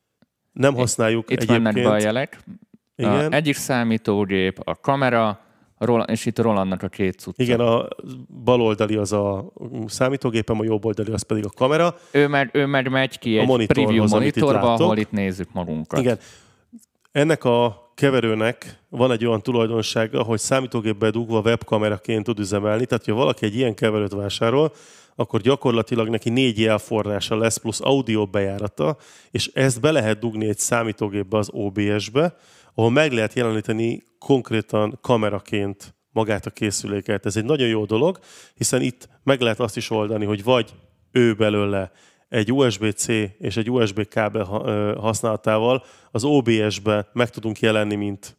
Nem használjuk itt egyébként. Itt vannak be a jelek. Igen. Egyik számítógép, a kamera, Roland, és itt Rolandnak a két cucca. Igen, a baloldali az a számítógépem, a jobboldali az pedig a kamera. Ő meg, ő meg megy ki egy preview monitorba, ahol itt nézzük magunkat. Igen. Ennek a keverőnek van egy olyan tulajdonsága, hogy számítógépbe dugva webkameraként tud üzemelni, tehát ha valaki egy ilyen keverőt vásárol, akkor gyakorlatilag neki négy jelforrása lesz, plusz audio bejárata, és ezt be lehet dugni egy számítógépbe, az o bé es-be, ahol meg lehet jeleníteni konkrétan kameraként magát a készüléket. Ez egy nagyon jó dolog, hiszen itt meg lehet azt is oldani, hogy vagy ő belőle egy u es bé-C és egy u es bé kábel használatával az o bé es-be meg tudunk jelenni, mint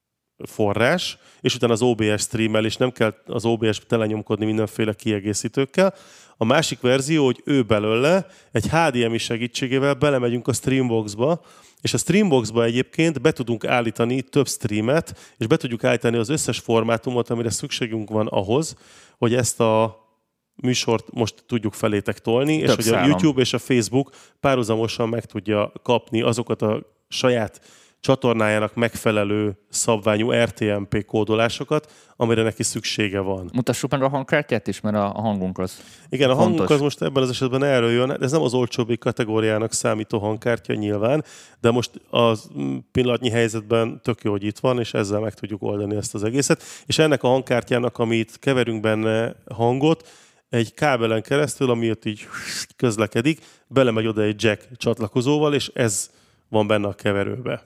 forrás, és utána az o bé es streamel, és nem kell az o bé es telenyomkodni mindenféle kiegészítőkkel. A másik verzió, hogy ő belőle egy há dé em i segítségével belemegyünk a Streamboxba, és a Streamboxba egyébként be tudunk állítani több streamet, és be tudjuk állítani az összes formátumot, amire szükségünk van ahhoz, hogy ezt a műsort most tudjuk felétek tolni, több és hogy a YouTube és a Facebook párhuzamosan meg tudja kapni azokat a saját csatornájának megfelelő szabványú er té em pé kódolásokat, amire neki szüksége van. Mutassuk meg a hangkártyát is, mert a hangunk az Igen, a fontos. hangunk az most ebben az esetben erről jön. Ez nem az olcsóbbik kategóriának számító hangkártya nyilván, de most a pillanatnyi helyzetben tök jó, hogy itt van, és ezzel meg tudjuk oldani ezt az egészet. És ennek a hangkártyának, amit keverünk benne hangot, egy kábelen keresztül, ami ott így közlekedik, belemegy oda egy jack csatlakozóval, és ez van benne a keverőbe.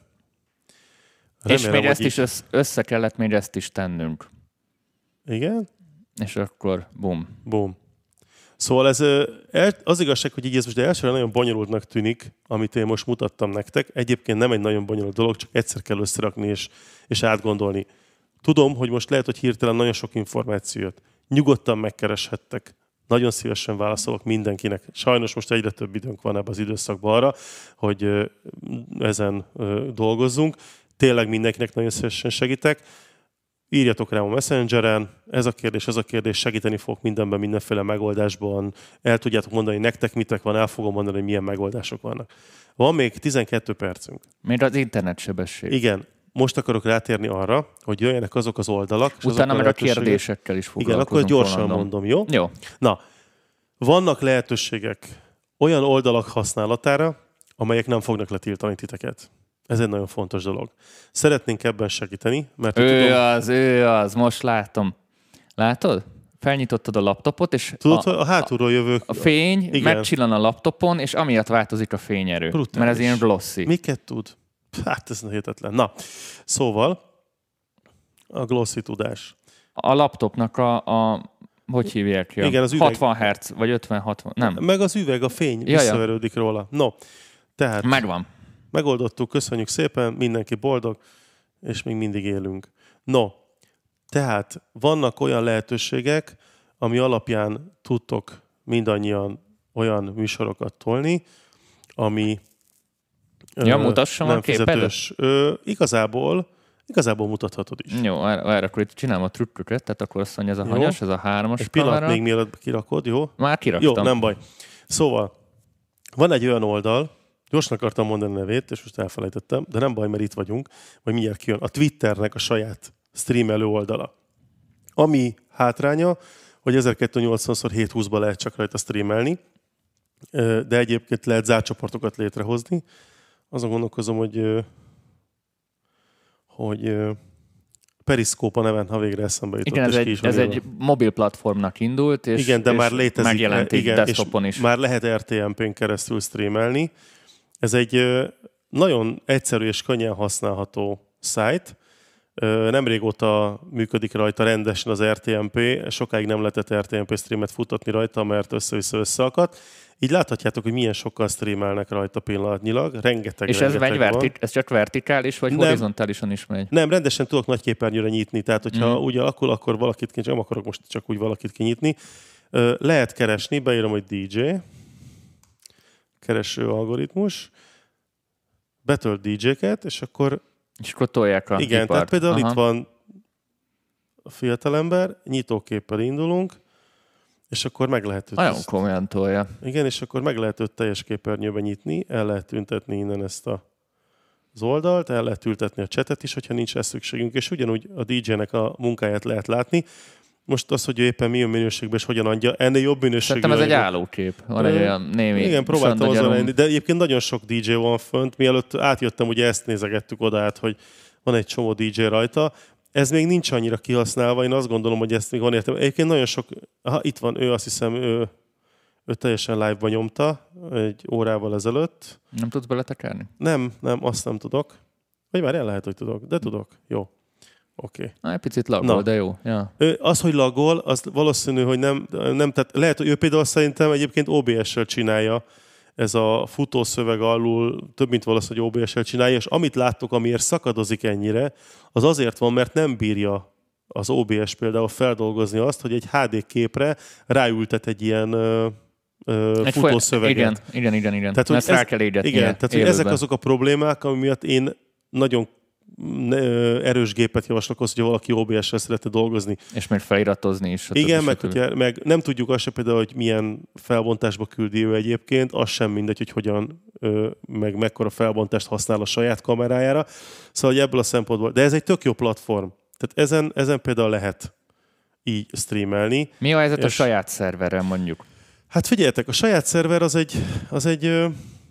Remélem, és még ezt is össze, össze kellett még ezt is tennünk. Igen? És akkor bum. Bum. Szóval ez az igazság, hogy így ez most elsőre nagyon bonyolultnak tűnik, amit én most mutattam nektek. Egyébként nem egy nagyon bonyolult dolog, csak egyszer kell összerakni és, és átgondolni. Tudom, hogy most lehet, hogy hirtelen nagyon sok információ jött. Nyugodtan megkereshettek. Nagyon szívesen válaszolok mindenkinek. Sajnos most egyre több időnk van ebben az időszakban arra, hogy ezen dolgozzunk. Tényleg mindenkinek nagyon szívesen segítek. Írjatok rám a Messengeren, ez a kérdés, ez a kérdés, segíteni fogok mindenben, mindenféle megoldásban. El tudjátok mondani, nektek mitek van, el fogom mondani, hogy milyen megoldások vannak. Van még tizenkét percünk. Még az internetsebesség. Igen. Most akarok rátérni arra, hogy jöjjenek azok az oldalak. Utána meg a kérdésekkel is foglalkozunk. Igen, akkor gyorsan Rolandom. mondom, jó? Jó. Na, vannak lehetőségek olyan oldalak használatára, amelyek nem fognak letiltani titeket. Ez egy nagyon fontos dolog. Szeretnénk ebben segíteni, mert... Ő tudom, az, ő az, most látom. Látod? Felnyitottad a laptopot, és tudod, a, a hátulról jövők... a fény igen. megcsillan a laptopon, és amiatt változik a fényerő. Brutális. Mert ez ilyen glossy. Miket tud? Hát ez hihetetlen. Na, szóval a glossy tudás. A laptopnak a, a hogy hívják? Ja? Igen, az üveg... hatvan hertz, vagy ötven-hatvan, nem. Meg az üveg, a fény ja, visszaverődik ja. róla. No, tehát... Megvan. Megoldottuk, köszönjük szépen, mindenki boldog, és még mindig élünk. No, tehát vannak olyan lehetőségek, ami alapján tudtok mindannyian olyan műsorokat tolni, ami ja, ö, mutassam nem a fizetős. Ö, igazából, igazából mutathatod is. Jó, erre akkor itt csinálom a trükköket, tehát akkor azt mondja, ez a jó. hanyas, ez a hármas egy pillanat kamera. még mielőtt kirakod, jó? Már kiraktam. Jó, nem baj. Szóval, van egy olyan oldal, gyorsan akartam mondani a nevét, és most elfelejtettem, de nem baj, mert itt vagyunk, majd mindjárt kijön. A Twitternek a saját streamelő oldala. Ami hátránya, hogy ezerkétszáznyolcvan szor hétszázhúszba lehet csak rajta streamelni, de egyébként lehet zárt csoportokat létrehozni. Azon gondolkozom, hogy, hogy Periscope a neven, ha végre eszembe jutott. Igen, ez, egy, ez egy mobil platformnak indult, és, igen, de és már létezik, megjelent igen, desktopon és is. Már lehet er té em pén keresztül streamelni. Ez egy nagyon egyszerű és könnyen használható szájt. Nem régóta működik rajta rendesen az er té em pé, sokáig nem lehetett er té em pé streamet futtatni rajta, mert össze-vissza összeakadt. Így láthatjátok, hogy milyen sokkal streamelnek rajta pillanatnyilag. Rengeteg, és rengeteg ez, megy verti- ez csak vertikális, vagy nem, horizontálisan is megy? Nem, rendesen tudok nagy képernyőre nyitni. Tehát, hogyha mm. úgy alakul, akkor valakit kinyitni. Nem akarok most csak úgy valakit kinyitni. Lehet keresni, beírom, hogy dé dzsé. Kereső algoritmus. Betölt dé dzséket, és akkor... És akkor tolják a igen, ipart. tehát például Aha. itt van a fiatalember, nyitóképpel indulunk, és akkor meg lehet őt... Nagyon komolyan tolja. Igen, és akkor meg lehet őt teljes képernyőben nyitni, el lehet tüntetni innen ezt a az oldalt, el lehet ültetni a chatet is, hogyha nincs rá szükségünk, és ugyanúgy a dé jének a munkáját lehet látni. Most az, hogy ő éppen milyen minőségben és hogyan adja, ennél jobb minőségű. Szerintem ez egy állókép. Van egy olyan némi... Igen, próbáltam azon lenni, de egyébként nagyon sok dé jé van fönt. Mielőtt átjöttem, ugye ezt nézegettük oda át, hogy van egy csomó dé jé rajta. Ez még nincs annyira kihasználva, én azt gondolom, hogy ezt még van értem. Egyébként nagyon sok... Aha, itt van, ő azt hiszem, ő, ő teljesen live-ba nyomta egy órával ezelőtt. Nem tudsz beletekerni? Nem, nem, azt nem tudok. Vagy már el lehet, hogy tudok, de tudok. Jó. Oké. Okay. Na, egy picit laggol, Na. de jó. Ja. Az, hogy laggol, az valószínű, hogy nem, nem, tehát lehet, hogy ő például szerintem egyébként o bé es-sel csinálja, ez a futószöveg alul több, mint valószínű, hogy o bé es-sel csinálja, és amit láttok, amiért szakadozik ennyire, az azért van, mert nem bírja az o bé es például feldolgozni azt, hogy egy há dé képre ráültet egy ilyen ö, ö, egy futószöveget. Igen, igen, igen, igen. Tehát, ezt rá kell égetni. Igen, tehát hogy ezek azok a problémák, ami miatt én nagyon erős gépet javaslok ahhoz, hogy valaki o bé es-sel szeretne dolgozni. És még feliratozni is. Igen, meg, ugye, meg nem tudjuk azt sem például, hogy milyen felbontásba küldi ő egyébként, az sem mindegy, hogy hogyan, meg mekkora felbontást használ a saját kamerájára. Szóval hogy ebből a szempontból. De ez egy tök jó platform. Tehát ezen, ezen például lehet így streamelni. Mi a helyzet és... a saját szerverren mondjuk? Hát figyeljetek, a saját szerver az egy... Az egy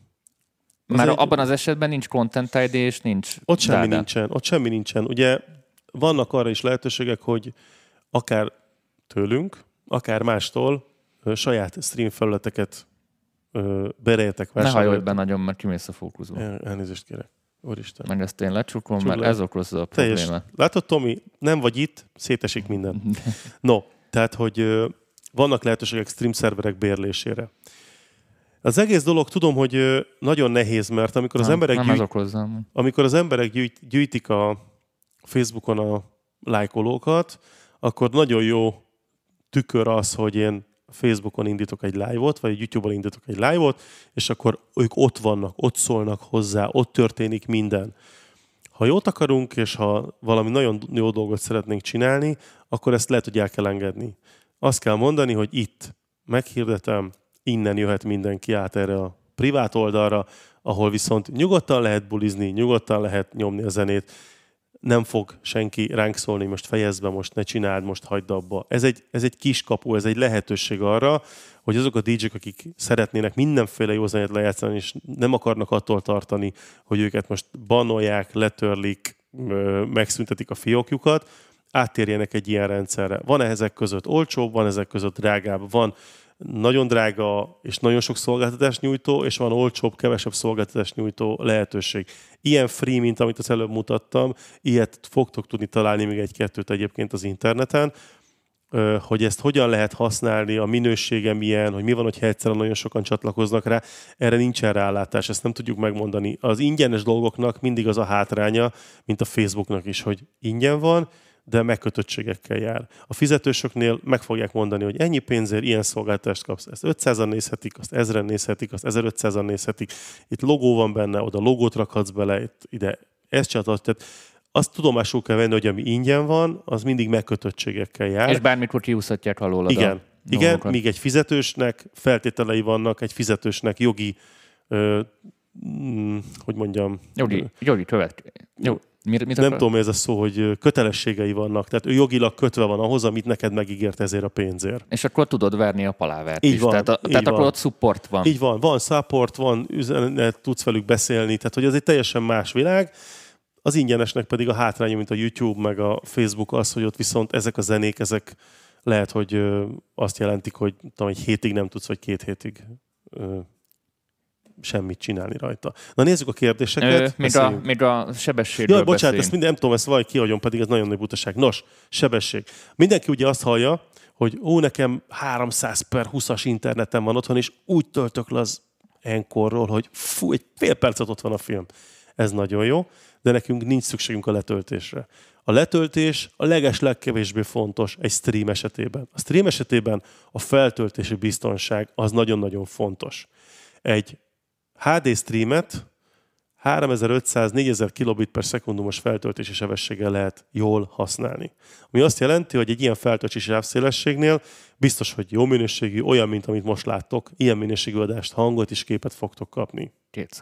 Az Már egy... abban az esetben nincs Content i dé és nincs Ott semmi data. nincsen, ott semmi nincsen. Ugye vannak arra is lehetőségek, hogy akár tőlünk, akár mástól ö, saját stream felületeket berejtek vásárolni. Ne hajolj be nagyon, mert kimész a fókuszba. El, elnézést kérek. Úristen. Meg ezt én lecsukom, mert ez okozza a teljes. problémát. Látod, Tomi, nem vagy itt, szétesik minden. No, tehát, hogy ö, vannak lehetőségek stream szerverek bérlésére. Az egész dolog tudom, hogy nagyon nehéz, mert amikor az nem, emberek, nem gyűjt, okozzam. amikor az emberek gyűjt, gyűjtik a Facebookon a lájkolókat, akkor nagyon jó tükör az, hogy én Facebookon indítok egy live-ot, vagy YouTube-on indítok egy live-ot, és akkor ők ott vannak, ott szólnak hozzá, ott történik minden. Ha jót akarunk, és ha valami nagyon jó dolgot szeretnénk csinálni, akkor ezt lehet, hogy el kell engedni. Azt kell mondani, hogy itt meghirdetem, innen jöhet mindenki át erre a privát oldalra, ahol viszont nyugodtan lehet bulizni, nyugodtan lehet nyomni a zenét, nem fog senki ránk szólni, most fejezd be, most ne csináld, most hagyd abba. Ez egy, ez egy kiskapu, ez egy lehetőség arra, hogy azok a dé jék, akik szeretnének mindenféle jó zenét lejátszani, és nem akarnak attól tartani, hogy őket most bannolják, letörlik, megszüntetik a fiókjukat, áttérjenek egy ilyen rendszerre. Van ezek között olcsóbb, van ezek között drágább, van nagyon drága és nagyon sok szolgáltatást nyújtó, és van olcsóbb, kevesebb szolgáltatást nyújtó lehetőség. Ilyen free, mint amit az előbb mutattam, ilyet fogtok tudni találni még egy-kettőt egyébként az interneten, hogy ezt hogyan lehet használni, a minősége milyen, hogy mi van, hogyha egyszerűen nagyon sokan csatlakoznak rá, erre nincsen rálátás, ezt nem tudjuk megmondani. Az ingyenes dolgoknak mindig az a hátránya, mint a Facebooknak is, hogy ingyen van, de megkötöttségekkel jár. A fizetősöknél meg fogják mondani, hogy ennyi pénzért ilyen szolgáltatást kapsz. Ezt ötszázan nézhetik, azt ezren nézhetik, azt ezerötszázan nézhetik. Itt logó van benne, oda logót rakhatsz bele, itt, ide ezt csinálhatsz. Tehát azt tudomásul kell venni, hogy ami ingyen van, az mindig megkötöttségekkel jár. És bármikor kiúszhatják alól. Igen, igen, míg egy fizetősnek feltételei vannak, egy fizetősnek jogi, ö, mm, hogy mondjam... Jogi, jogi követ. Jó. Mit, mit nem akar? tudom, ez a szó, hogy kötelességei vannak. Tehát ő jogilag kötve van ahhoz, amit neked megígért ezért a pénzért. És akkor tudod verni a palávert így is. Van, tehát a, így tehát van. akkor ott support van. Így van. Van support, van üzenet, tudsz velük beszélni. Tehát, hogy ez egy teljesen más világ. Az ingyenesnek pedig a hátránya, mint a YouTube, meg a Facebook az, hogy ott viszont ezek a zenék, ezek lehet, hogy azt jelentik, hogy tudom, egy hétig nem tudsz, vagy két hétig semmit csinálni rajta. Na nézzük a kérdéseket. Ö, még, a, még a sebességről Jaj, bocsánat, beszéljünk. ezt minden, nem tudom, ezt valahogy kihagyom, pedig ez nagyon nagy butaság. Nos, sebesség. Mindenki ugye azt hallja, hogy ó, nekem háromszáz per húszas internetem van otthon, és úgy töltök le az Encore-ról, hogy fú, egy fél percet ott van a film. Ez nagyon jó, de nekünk nincs szükségünk a letöltésre. A letöltés a leges legkevésbé fontos egy stream esetében. A stream esetében a feltöltési biztonság az nagyon-nagyon fontos. Egy há dé streamet háromezer-ötszáz-négyezer kilobit per szekundumos feltöltési sebességgel lehet jól használni. Ami azt jelenti, hogy egy ilyen feltöltési sávszélességnél biztos, hogy jó minőségű, olyan, mint amit most láttok, ilyen minőségű adást, hangot és képet fogtok kapni. Kétszám.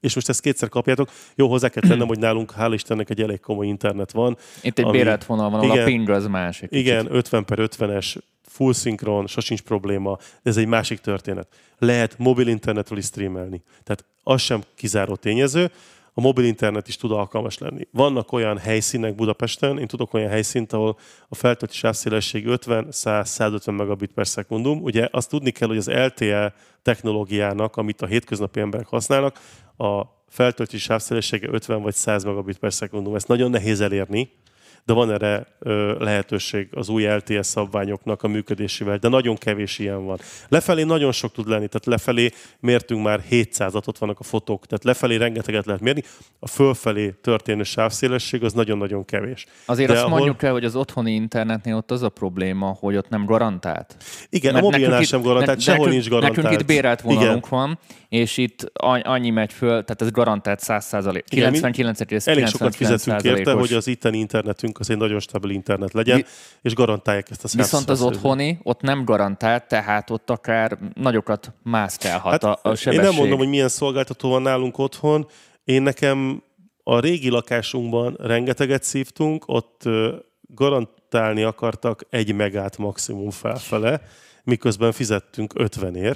és most ezt kétszer kapjátok. Jó, hozzá kell tennem, hogy nálunk hál' Istennek egy elég komoly internet van. Itt egy ami, bérelt vonal van, ahol a ping az másik. Igen, ötven per ötvenes, full szinkron, sosincs probléma, ez egy másik történet. Lehet mobil internetről is streamelni. Tehát az sem kizáró tényező. A mobil internet is tud alkalmas lenni. Vannak olyan helyszínek Budapesten, én tudok olyan helyszínt, ahol a feltöltési sávszélesség ötven, száz, százötven megabit per szekundum. Ugye azt tudni kell, hogy az el té e technológiának, amit a hétköznapi emberek használnak, a feltöltési sávszélessége ötven vagy száz megabit per szekundum. Ezt nagyon nehéz elérni, de van erre ö, lehetőség az új el té e szabványoknak a működésével, de nagyon kevés ilyen van. Lefelé nagyon sok tud lenni, tehát lefelé mértünk már hétszázat, ott vannak a fotók, tehát lefelé rengeteget lehet mérni, a fölfelé történő sávszélesség az nagyon-nagyon kevés. Azért de azt ahol... mondjuk el, hogy az otthoni internetnél ott az a probléma, hogy ott nem garantált. Igen, mert a mobilnál sem garantált, ne, sehol nekünk, nincs garantált. Nekünk itt bérelt vonalunk Igen. van, és itt annyi megy föl, tehát ez garantált száz százalék. kilencvenkilenc egész kilencvenkilenc elég sokat fizetünk érte, hogy az itteni internetünk az egy nagyon stabil internet legyen, Vi- és garantálják ezt a száz Viszont az otthoni ott nem garantált, tehát ott akár nagyokat mászkálhat hát, a, a sebesség. Én nem mondom, hogy milyen szolgáltató van nálunk otthon. Én nekem a régi lakásunkban rengeteget szívtunk, ott garantálni akartak egy megát maximum felfele, miközben fizettünk ötvenért.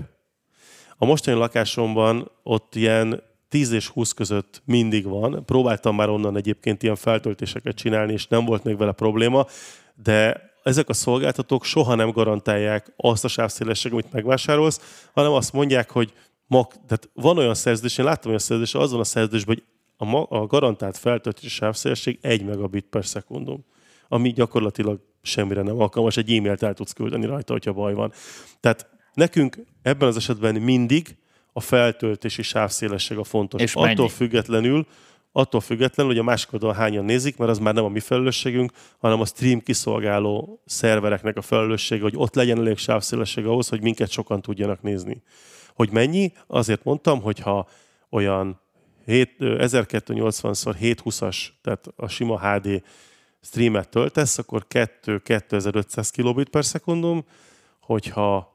A mostani lakásomban ott ilyen tíz és húsz között mindig van. Próbáltam már onnan egyébként ilyen feltöltéseket csinálni, és nem volt még vele probléma, de ezek a szolgáltatók soha nem garantálják azt a sávszélességet, amit megvásárolsz, hanem azt mondják, hogy mag, tehát van olyan szerződés, én láttam olyan szerződés, az van a szerződésben, hogy a, ma, a garantált feltöltési sávszélesség egy megabit per szekundum, ami gyakorlatilag semmire nem alkalmas, egy e-mailt el tudsz küldeni rajta, hogyha baj van. Tehát nekünk ebben az esetben mindig a feltöltési sávszélesség a fontos. És attól mennyi? függetlenül, attól függetlenül, hogy a másik oldalon hányan nézik, mert az már nem a mi felelősségünk, hanem a stream kiszolgáló szervereknek a felelőssége, hogy ott legyen elég sávszélesség ahhoz, hogy minket sokan tudjanak nézni. Hogy mennyi? Azért mondtam, hogyha olyan ezerkétszáznyolcvan szor hétszázhúszas, tehát a sima há dé streamet töltesz, akkor kettő-kétezer-ötszáz kilobit per szekundum, hogyha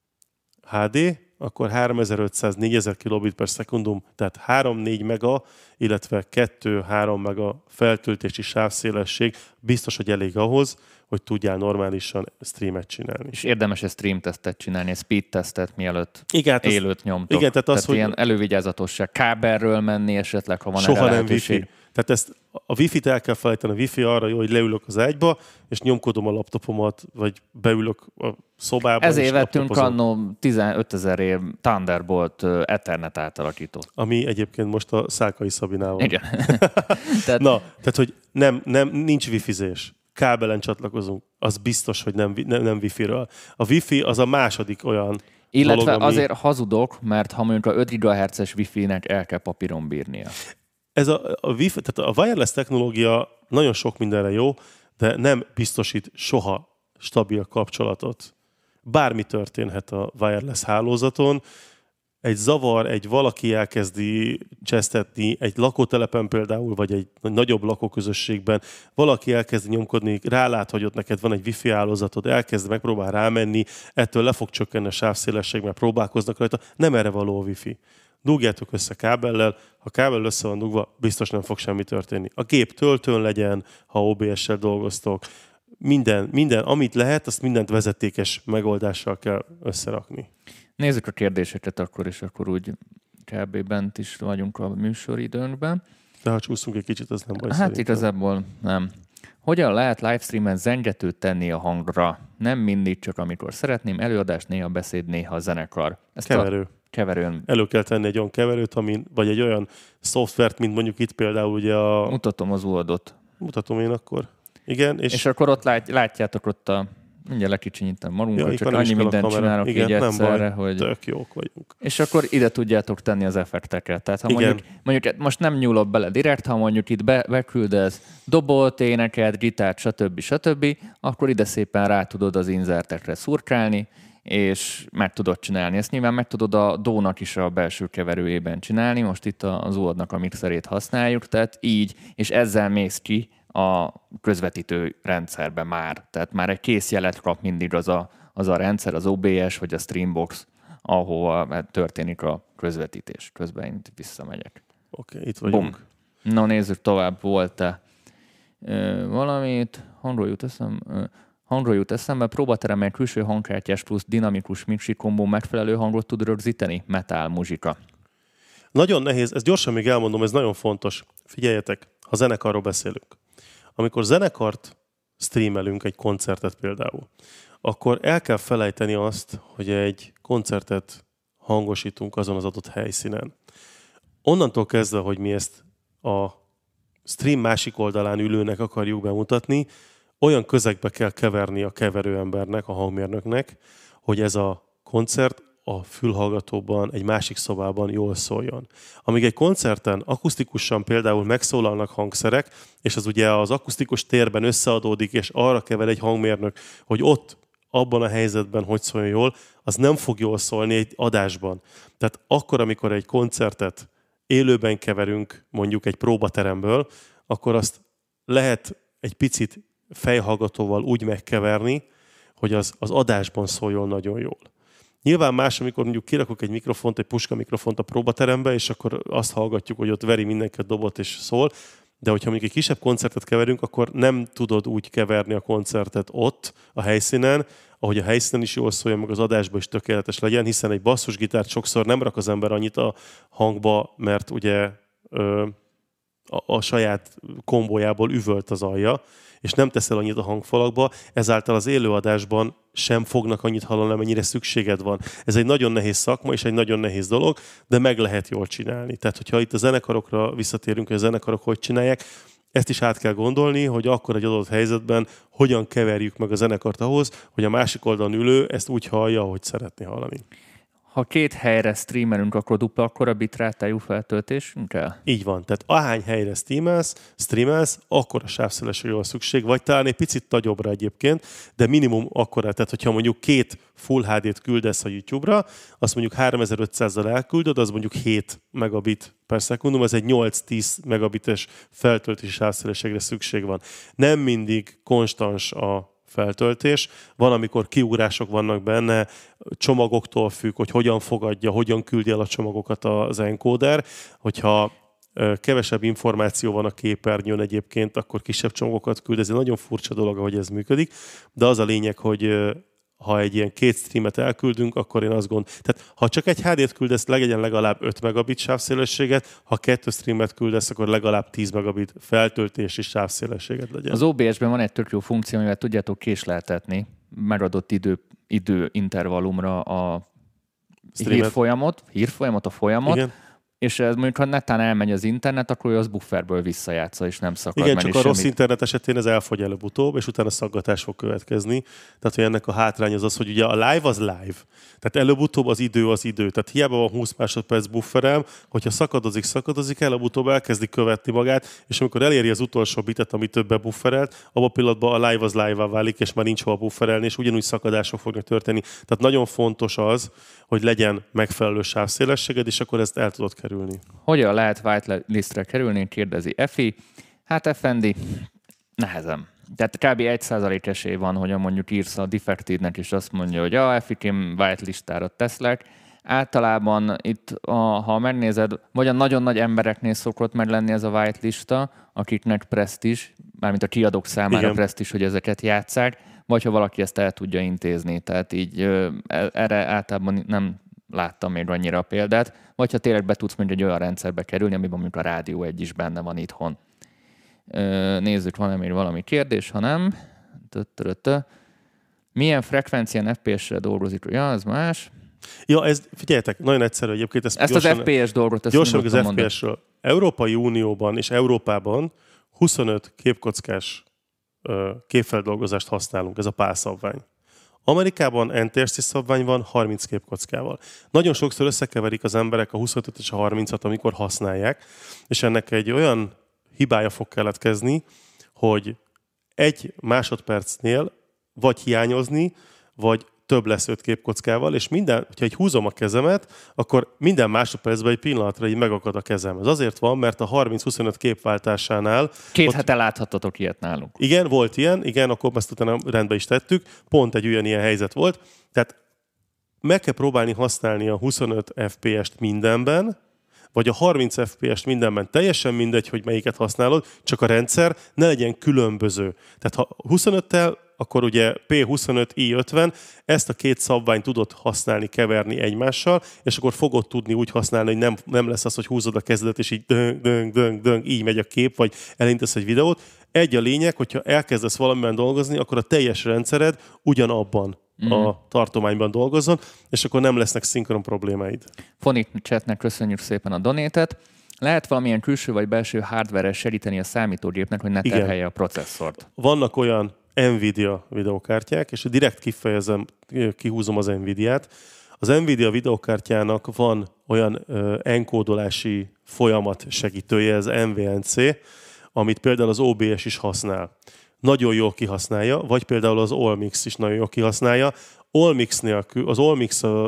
há dé, akkor háromezer-ötszáz-négyezer kilobit per szekundum, tehát három-négy mega, illetve kettő-három mega feltöltési sávszélesség biztos, hogy elég ahhoz, hogy tudjál normálisan streamet csinálni. És érdemes egy stream tesztet csinálni, egy speed tesztet, mielőtt igen, élőt az, nyomtok. Igen, tehát az, tehát hogy ilyen elővigyázatosság, kábelről menni esetleg, ha van soha erre nem lehetőség. wifi. Tehát ezt a wifi-t el kell felejteni, a wifi arra jó, hogy leülök az ágyba, és nyomkodom a laptopomat, vagy beülök a szobába. Ezért vettünk annó tizenötezerért Thunderbolt Ethernet átalakítót. Ami egyébként most a Szákai Szabinál van. Igen. tehát... Na, tehát hogy nem, nem, nincs wifizés. Kábelen csatlakozunk. Az biztos, hogy nem, nem, nem wifi-ről. A wifi az a második olyan Illetve dolog, ami... azért hazudok, mert ha mondjuk a öt gigahertzes wifi-nek el kell papíron bírnia. Ez a, a wifi, tehát a wireless technológia nagyon sok mindenre jó, de nem biztosít soha stabil kapcsolatot. Bármi történhet a wireless hálózaton. Egy zavar, egy valaki elkezdi csesztetni, egy lakótelepen például, vagy egy nagyobb lakóközösségben, valaki elkezdi nyomkodni, rálát, hogy ott neked van egy wifi hálózatod, elkezd megpróbál rámenni, ettől le fog csökkenni a sávszélesség, mert próbálkoznak rajta. Nem erre való a wifi. Dugjátok össze kábellel, ha kábel össze van dugva, biztos nem fog semmi történni. A gép töltőn legyen, ha o bé es-sel dolgoztok, minden, minden, amit lehet, azt mindent vezetékes megoldással kell összerakni. Nézzük a kérdéseket akkor, és akkor úgy kb. Bent is vagyunk a műsoridőnkben. De ha csúszunk egy kicsit, az nem baj. Hát szerintem. Igazából nem. Hogyan lehet livestreamen zengetőt tenni a hangra? Nem mindig, csak amikor szeretném. Előadás, néha beszéd, néha zenekar. Ezt keverő. Keverőn. Elő kell tenni egy olyan keverőt, amin, vagy egy olyan szoftvert, mint mondjuk itt például ugye a... Mutatom az oldot. Mutatom én akkor. Igen. És, és akkor ott lát, látjátok ott a... Mindjárt lekicsinyítem magunkat, ja, csak annyi mindent csinálok igen, így egyszerre, hogy... tök jók vagyunk. És akkor ide tudjátok tenni az effekteket. Tehát ha mondjuk, mondjuk most nem nyúlok bele direkt, ha mondjuk itt be, beküldesz dobot, éneket, gitárt, stb. stb., akkor ide szépen rá tudod az inzertekre szurkálni, és meg tudod csinálni. Ezt nyilván meg tudod a dónak is a belső keverőjében csinálni, most itt az Zoodnak a mixerét használjuk, tehát így, és ezzel mész ki a közvetítő rendszerbe már. Tehát már egy kész jelet kap mindig az a, az a rendszer, az o bé es vagy a Streambox, ahova történik a közvetítés. Közben én visszamegyek. Oké, okay, itt vagyunk. Bum. Na nézzük tovább, volt-e ö, valamit, hangról jut eszem, ö, hangról jut eszembe, próbateremmel külső hangkártyás plusz dinamikus mixi kombó megfelelő hangot tud rögzíteni? Metal muzsika. Nagyon nehéz, ezt gyorsan még elmondom, ez nagyon fontos. Figyeljetek, ha zenekarról beszélünk. Amikor zenekart streamelünk, egy koncertet például, akkor el kell felejteni azt, hogy egy koncertet hangosítunk azon az adott helyszínen. Onnantól kezdve, hogy mi ezt a stream másik oldalán ülőnek akarjuk bemutatni, olyan közegbe kell keverni a keverőembernek, a hangmérnöknek, hogy ez a koncert a fülhallgatóban, egy másik szobában jól szóljon. Amíg egy koncerten akusztikusan például megszólalnak hangszerek, és az ugye az akusztikus térben összeadódik, és arra kever egy hangmérnök, hogy ott, abban a helyzetben hogy szóljon jól, az nem fog jól szólni egy adásban. Tehát akkor, amikor egy koncertet élőben keverünk, mondjuk egy próbateremből, akkor azt lehet egy picit fejhallgatóval úgy megkeverni, hogy az, az adásban szóljon nagyon jól. Nyilván más, amikor mondjuk kirakok egy mikrofont, egy puska mikrofont a próbaterembe, és akkor azt hallgatjuk, hogy ott veri mindenki a dobot és szól, de hogyha mondjuk egy kisebb koncertet keverünk, akkor nem tudod úgy keverni a koncertet ott, a helyszínen, ahogy a helyszínen is jól szóljon, meg az adásban is tökéletes legyen, hiszen egy basszusgitárt sokszor nem rak az ember annyit a hangba, mert ugye ö, a, a saját kombójából üvölt az alja, és nem teszel annyit a hangfalakba, ezáltal az élőadásban sem fognak annyit hallani, amennyire szükséged van. Ez egy nagyon nehéz szakma, és egy nagyon nehéz dolog, de meg lehet jól csinálni. Tehát, hogyha itt a zenekarokra visszatérünk, hogy a zenekarok hogy csinálják, ezt is át kell gondolni, hogy akkor egy adott helyzetben hogyan keverjük meg a zenekart ahhoz, hogy a másik oldalon ülő ezt úgy hallja, ahogy szeretné hallani. Ha két helyre streamelünk, akkor dupla akkora bitrátájú feltöltésünk kell? Így van. Tehát ahány helyre streamelsz, streamelsz, akkor a sávszélességre van szükség, vagy talán egy picit nagyobbra egyébként, de minimum akkora. Tehát, hogyha mondjuk két Full há dét küldesz a YouTube-ra, azt mondjuk háromezer-ötszázzal elküldöd, az mondjuk hét megabit per szekundum, az egy nyolc-tíz megabites feltöltési sávszélességre szükség van. Nem mindig konstans a feltöltés. Van, amikor kiugrások vannak benne, csomagoktól függ, hogy hogyan fogadja, hogyan küldi el a csomagokat az encoder. Hogyha kevesebb információ van a képernyőn egyébként, akkor kisebb csomagokat küld. Ez egy nagyon furcsa dolog, hogy ez működik, de az a lényeg, hogy ha egy ilyen két streamet elküldünk, akkor én azt gondolom, tehát ha csak egy há dét küldesz, legyen legalább öt megabit sávszélességet, ha kettő streamet küldesz, akkor legalább tíz megabit feltöltési sávszélességet legyen. Az o bé es-ben van egy tök jó funkció, amivel tudjátok késleltetni megadott idő, idő intervallumra a Streamet. hírfolyamot, hírfolyamot, a folyamot, Igen. és ez mondjuk, ha netán elmegy az internet, akkor az bufferből visszajátsza, és nem szakad Igen, meg. csak a rossz internet esetén ez elfogy előbb-utóbb, és utána szaggatás fog következni. Tehát, hogy ennek a hátrány az az, hogy ugye a live az live. Tehát előbb-utóbb az idő az idő. Tehát hiába van húsz másodperc bufferem, hogyha szakadozik, szakadozik, előbb-utóbb elkezdi követni magát, és amikor eléri az utolsó bitet, amit többe bufferelt, abban a pillanatban a live az live-vá válik, és már nincs hova bufferelni, és ugyanúgy szakadások fognak történni. Tehát nagyon fontos az, hogy legyen megfelelő sávszélességed, és akkor ezt el tudod kerülni. Hogyan lehet whitelistre kerülni, kérdezi Efi. Hát Effendi, nehezen. Tehát kb. egy százalék esély van, hogy mondjuk írsz a Defected-nek, és azt mondja, hogy ja, Efikém whitelistára teszlek. Általában itt, a, ha megnézed, vagy a nagyon nagy embereknél szokott meg lenni ez a whitelista, akiknek presztízs, mármint a kiadók számára presztízs, hogy ezeket játsszák, vagy ha valaki ezt el tudja intézni. Tehát így erre általában nem láttam még annyira a példát, vagy ha tényleg be tudsz mondjuk egy olyan rendszerbe kerülni, amiben mondjuk a Rádió egy is benne van itthon. Nézzük, van-e még valami kérdés, ha nem. Milyen frekvencián ef pé es-re dolgozik? Ja, ez más. Ja, ez, figyeljetek, nagyon egyszerű egyébként. Ezt, ezt gyorsan, az ef pé es dolgot, ezt gyorsan az ef pé es-ről. Európai Unióban és Európában huszonöt képkockás képfeldolgozást használunk, ez a pál szabvány. Amerikában en té es cé szabvány van harminc képkockával. Nagyon sokszor összekeverik az emberek a huszonötöt és a harmincat, amikor használják, és ennek egy olyan hibája fog keletkezni, hogy egy másodpercnél vagy hiányozni, vagy több lesz öt képkockával, és minden, hogyha egy húzom a kezemet, akkor minden másodpercben egy pillanatra így megakad a kezem. Ez azért van, mert a harminc-huszonöt képváltásánál... Két ott, hete láthattatok ilyet nálunk. Igen, volt ilyen, igen, akkor ezt utána rendbe is tettük, pont egy olyan ilyen helyzet volt. Tehát meg kell próbálni használni a huszonöt ef pé es-t mindenben, vagy a harminc ef pé es mindenben teljesen mindegy, hogy melyiket használod, csak a rendszer ne legyen különböző. Tehát ha huszonöttel, akkor ugye P huszonöt i ötven, ezt a két szabványt tudod használni, keverni egymással, és akkor fogod tudni úgy használni, hogy nem, nem lesz az, hogy húzod a kezedet, és így döng, döng, döng, döng, így megy a kép, vagy elindítesz egy videót. Egy a lényeg, hogyha elkezdesz valamiben dolgozni, akkor a teljes rendszered ugyanabban mm. a tartományban dolgozzon, és akkor nem lesznek szinkron problémáid. Fonik chatnek köszönjük szépen a donétet. Lehet valamilyen külső vagy belső hardware-rel segíteni a számítógépnek, hogy ne terhelje a processzort? Vannak olyan Nvidia videokártyák, és direkt kifejezem, kihúzom az Nvidiát. Az Nvidia videokártyának van olyan uh, enkódolási folyamat segítője, ez en vé en cé, amit például az o bé es is használ. Nagyon jól kihasználja, vagy például az Olmix is nagyon jól kihasználja. Olmix nélkül, az Olmix a,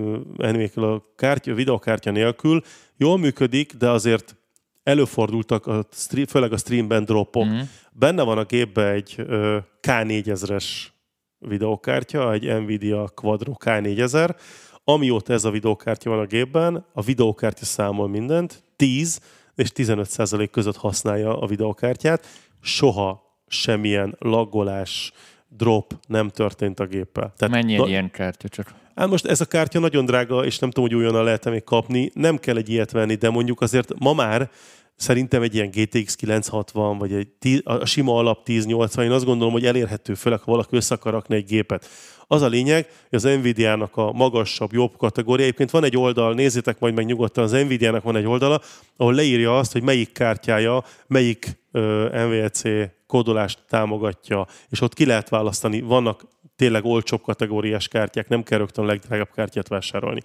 a, a, kártya, a videokártya nélkül jól működik, de azért előfordultak, a stream, főleg a streamben dropok. Mm. Benne van a gépben egy ká négyezres videokártya, egy Nvidia Quadro ká négyezer. Amióta ez a videokártya van a gépben, a videokártya számol mindent, tíz és tizenöt százalék között használja a videokártyát. Soha semmilyen laggolás, drop nem történt a géppel. Tehát mennyi egy na- ilyen kártya csak? Hát most ez a kártya nagyon drága, és nem tudom, hogy újonnan lehet még kapni. Nem kell egy ilyet venni, de mondjuk azért ma már szerintem egy ilyen gé té iksz kilencszázhatvan, vagy egy tíz, a sima alap tíz nyolcvan, én azt gondolom, hogy elérhető, főleg ha valaki össze akar rakni egy gépet. Az a lényeg, hogy az Nvidia-nak a magasabb, jobb kategória. Egyébként van egy oldal, nézzétek majd meg nyugodtan, az Nvidia-nak van egy oldala, ahol leírja azt, hogy melyik kártyája, melyik uh, en vé en cé kódolást támogatja, és ott ki lehet választani. Vannak tényleg olcsóbb kategóriás kártyák, nem kell rögtön a legdrágább kártyát vásárolni.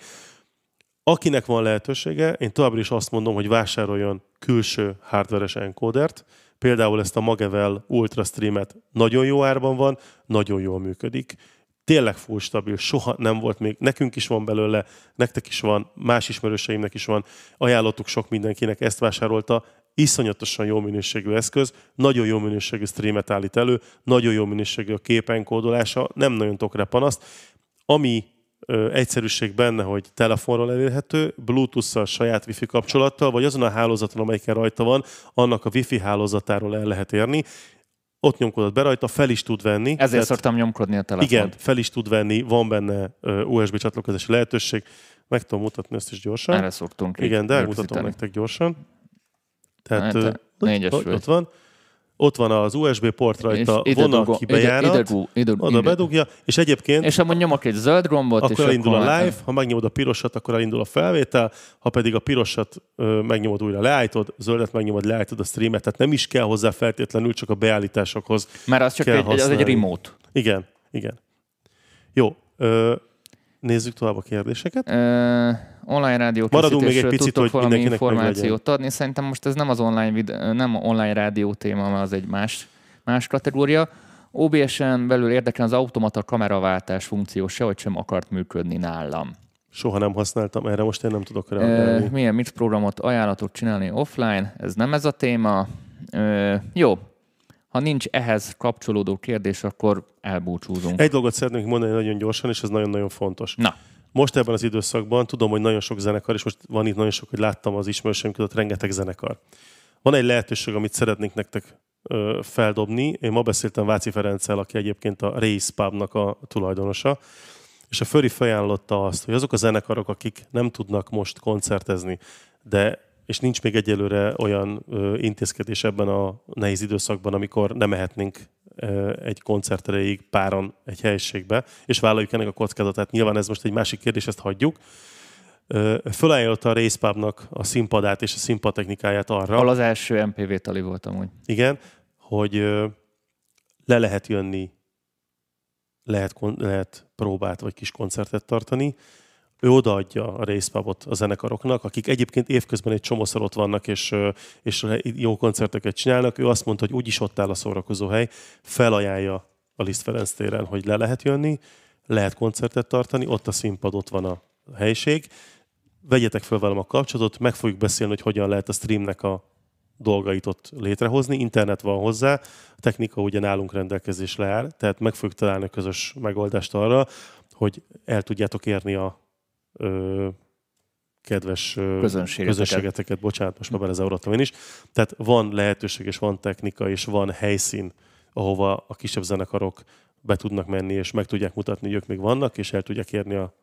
Akinek van lehetősége, én továbbra is azt mondom, hogy vásároljon külső hardveres encodert, például ezt a Magevel Ultra Streamet nagyon jó árban van, nagyon jól működik. Tényleg full stabil, soha nem volt még, nekünk is van belőle, nektek is van, más ismerőseimnek is van, ajánlottuk sok mindenkinek, ezt vásárolta, iszonyatosan jó minőségű eszköz, nagyon jó minőségű streamet állít elő, nagyon jó minőségű a képenkódolása, nem nagyon tudok rá panaszt. Ami ö, egyszerűség benne, hogy telefonról elérhető, Bluetooth-szal, saját Wi-Fi kapcsolattal, vagy azon a hálózaton, amelyiken rajta van, annak a Wi-Fi hálózatáról el lehet érni. Ott nyomkodod be rajta, fel is tud venni. Ezért tehát, szoktam nyomkodni a telefont. Igen, fel is tud venni, van benne u es bé csatlakozási lehetőség. Meg tudom mutatni ezt is gyorsan. Erre szoktunk. Igen, de elmutatom nektek gyorsan. Tehát hát, négyes ott, ott van. Ott van az u es bé port rajta, vonal ki bejárat, ide, ide, ide, oda bedugja, és egyébként... És ha mondjuk egy zöld gombot... Akkor és elindul akkor a live, ha megnyomod a pirosat, akkor elindul a felvétel, ha pedig a pirosat ö, megnyomod újra, leállítod, zöldet megnyomod, leállítod a streamet, tehát nem is kell hozzá feltétlenül, csak a beállításokhoz. Mert az csak egy, az egy remote. Igen, igen. Jó, ö, nézzük tovább a kérdéseket. Ö, online rádió készítésről tudtok valami információt adni. Szerintem most ez nem az online, videó, nem online rádió téma, mert az egy más, más kategória. o bé es-en belül érdekel az automata kameraváltás funkció, sehogy sem akart működni nálam. Soha nem használtam, erre most én nem tudok reagálni. Milyen mix programot, ajánlatot csinálni offline? Ez nem ez a téma. Ö, jó. Ha nincs ehhez kapcsolódó kérdés, akkor elbúcsúzunk. Egy dolgot szeretnék mondani nagyon gyorsan, és ez nagyon-nagyon fontos. Na. Most ebben az időszakban tudom, hogy nagyon sok zenekar, és most van itt nagyon sok, hogy láttam az ismerőseim között rengeteg zenekar. Van egy lehetőség, amit szeretnék nektek ö, feldobni. Én ma beszéltem Váci Ferenccel, aki egyébként a Race Pubnak a tulajdonosa, és a Föri felajánlotta azt, hogy azok a zenekarok, akik nem tudnak most koncertezni, de és nincs még egyelőre olyan ö, intézkedés ebben a nehéz időszakban, amikor nem mehetnénk ö, egy koncert erejéig páran egy helyiségbe, és vállaljuk ennek a kockázatát. Nyilván ez most egy másik kérdés, ezt hagyjuk. Ö, fölajánlotta a Race Pubnak a színpadát és a színpadtechnikáját arra. Ahol az első em pé vé tali voltam úgy. Igen, hogy ö, le lehet jönni, lehet, kon- lehet próbát vagy kis koncertet tartani. Ő odaadja a Race Pubot a zenekaroknak, akik egyébként évközben egy csomószor ott vannak, és, és jó koncerteket csinálnak. Ő azt mondta, hogy úgyis ott áll a szórakozóhely, felajánlja a Liszt Ferenc téren, hogy le lehet jönni, lehet koncertet tartani, ott a színpad, ott van a helység. Vegyetek fel velem a kapcsolatot, meg fogjuk beszélni, hogy hogyan lehet a streamnek a dolgait ott létrehozni. Internet van hozzá, a technika ugye nálunk rendelkezésre áll, tehát meg fogjuk találni a közös megoldást arra, hogy el tudjátok érni a ö, kedves közönségeteket. közönségeteket, bocsánat, most már belezavarodtam én is. Tehát van lehetőség, és van technika, és van helyszín, ahova a kisebb zenekarok be tudnak menni, és meg tudják mutatni, hogy ők még vannak, és el tudják érni a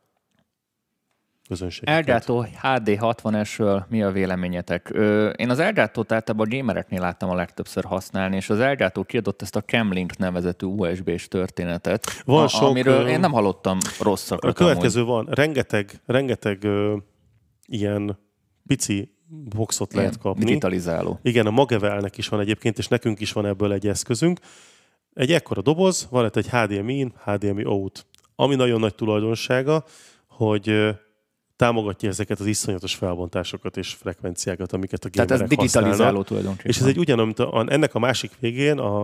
közönséget. Elgato há dé hatvan es-ről mi a véleményetek? Ö, én az Elgatót általában a gamereknél láttam a legtöbbször használni, és az Elgato kiadott ezt a Camlink nevezetű u es bé-s történetet, van a, sok, amiről én nem hallottam rosszakat. A következő amúgy. van, rengeteg, rengeteg ö, ilyen pici boxot Ilyen lehet kapni. digitalizáló. Igen, a Magevelnek is van egyébként, és nekünk is van ebből egy eszközünk. Egy ekkora doboz, van itt egy há dé em i-n, há dé em i out, ami nagyon nagy tulajdonsága, hogy támogatja ezeket az iszonyatos felbontásokat és frekvenciákat, amiket a gamerek Tehát ez digitalizáló használnak. tulajdonképpen. És ez egy ugyanolyan, mint a, ennek a másik végén, a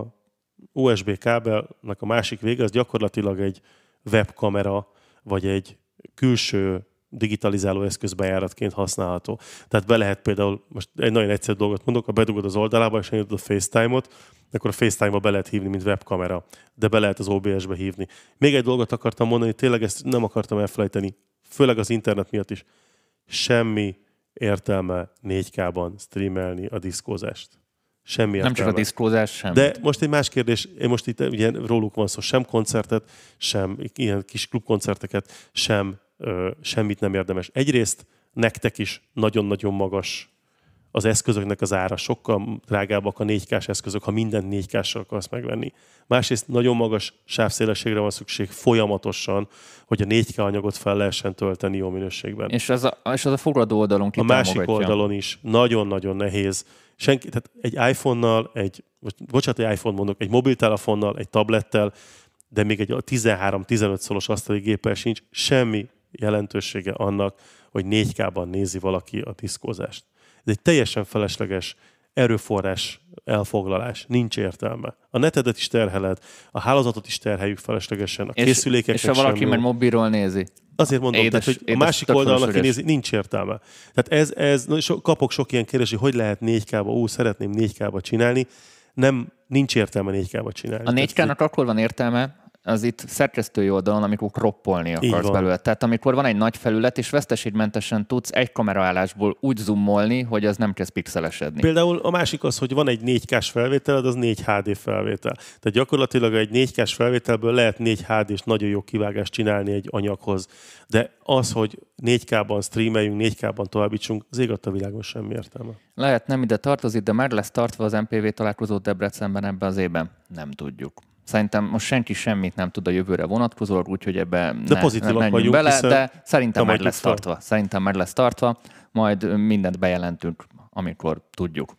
u es bé kábelnek a másik vége, az gyakorlatilag egy webkamera, vagy egy külső digitalizáló eszközbejáratként használható. Tehát be lehet például, most egy nagyon egyszerű dolgot mondok, ha bedugod az oldalába, és elindítod a FaceTime-ot, akkor a FaceTime-ba be lehet hívni, mint webkamera, de be lehet az o bé es-be hívni. Még egy dolgot akartam mondani, tényleg ezt nem akartam elfelejteni, főleg az internet miatt is. Semmi értelme négy ká-ban streamelni a diszkózást. Semmi értelme. Nem csak a diszkózás sem. De most egy más kérdés, én most itt ugye róluk van szó, sem koncertet, sem ilyen kis klubkoncerteket, sem ö, semmit nem érdemes. Egyrészt nektek is nagyon-nagyon magas az eszközöknek az ára, sokkal drágábbak a négy ká-s eszközök, ha mindent négy ká-sal akarsz megvenni. Másrészt nagyon magas sávszélességre van szükség folyamatosan, hogy a négy ká anyagot fel lehessen tölteni jó minőségben. És az a, és az a fogadó oldalon A másik oldalon is nagyon-nagyon nehéz. Senki, tehát egy iPhone-nal, egy, bocsánat, egy iPhone mondok, egy mobiltelefonnal, egy tablettel, de még egy tizenhárom-tizenöt szoros asztali géppel sincs semmi jelentősége annak, hogy négy ká-ban nézi valaki a diszkózást. Ez egy teljesen felesleges erőforrás elfoglalás, nincs értelme. A netedet is terheled, a hálózatot is terheljük feleslegesen, a és, készülékeknek és ha valaki sem meg mobilról nézi? Azért mondom, Édes, tehát, hogy édes, a másik oldalon, aki üres. nézi, nincs értelme. Tehát ez, ez so, kapok sok ilyen kérdés, hogy hogy lehet négy ká-ba, ú, szeretném négy ká-ba csinálni. Nem, nincs értelme négy ká-ba csinálni. A négy ká-nak akkor van értelme, az itt szerkesztői oldalon, amikor kroppolni akarsz belőle. Tehát amikor van egy nagy felület, és veszteségmentesen tudsz egy kameraállásból úgy zoomolni, hogy az nem kezd pixelesedni. Például a másik az, hogy van egy négy ká-s felvételed, az négy há dé felvétel. Tehát gyakorlatilag egy négy ká-s felvételből lehet négy há dés nagyon jó kivágást csinálni egy anyaghoz. De az, hogy négy ká-ban streameljünk, négy ká-ban továbbítsunk, az ég a világon semmi értelme. Lehet nem ide tartozik, de már lesz tartva az em pé vé találkozó Debrecenben ebben az évben? Nem tudjuk. Szerintem most senki semmit nem tud a jövőre vonatkozólag, úgyhogy ebbe de ne, pozitívak ne vagyunk, bele, de szerintem meg lesz fel. tartva. Szerintem meg lesz tartva, majd mindent bejelentünk, amikor tudjuk.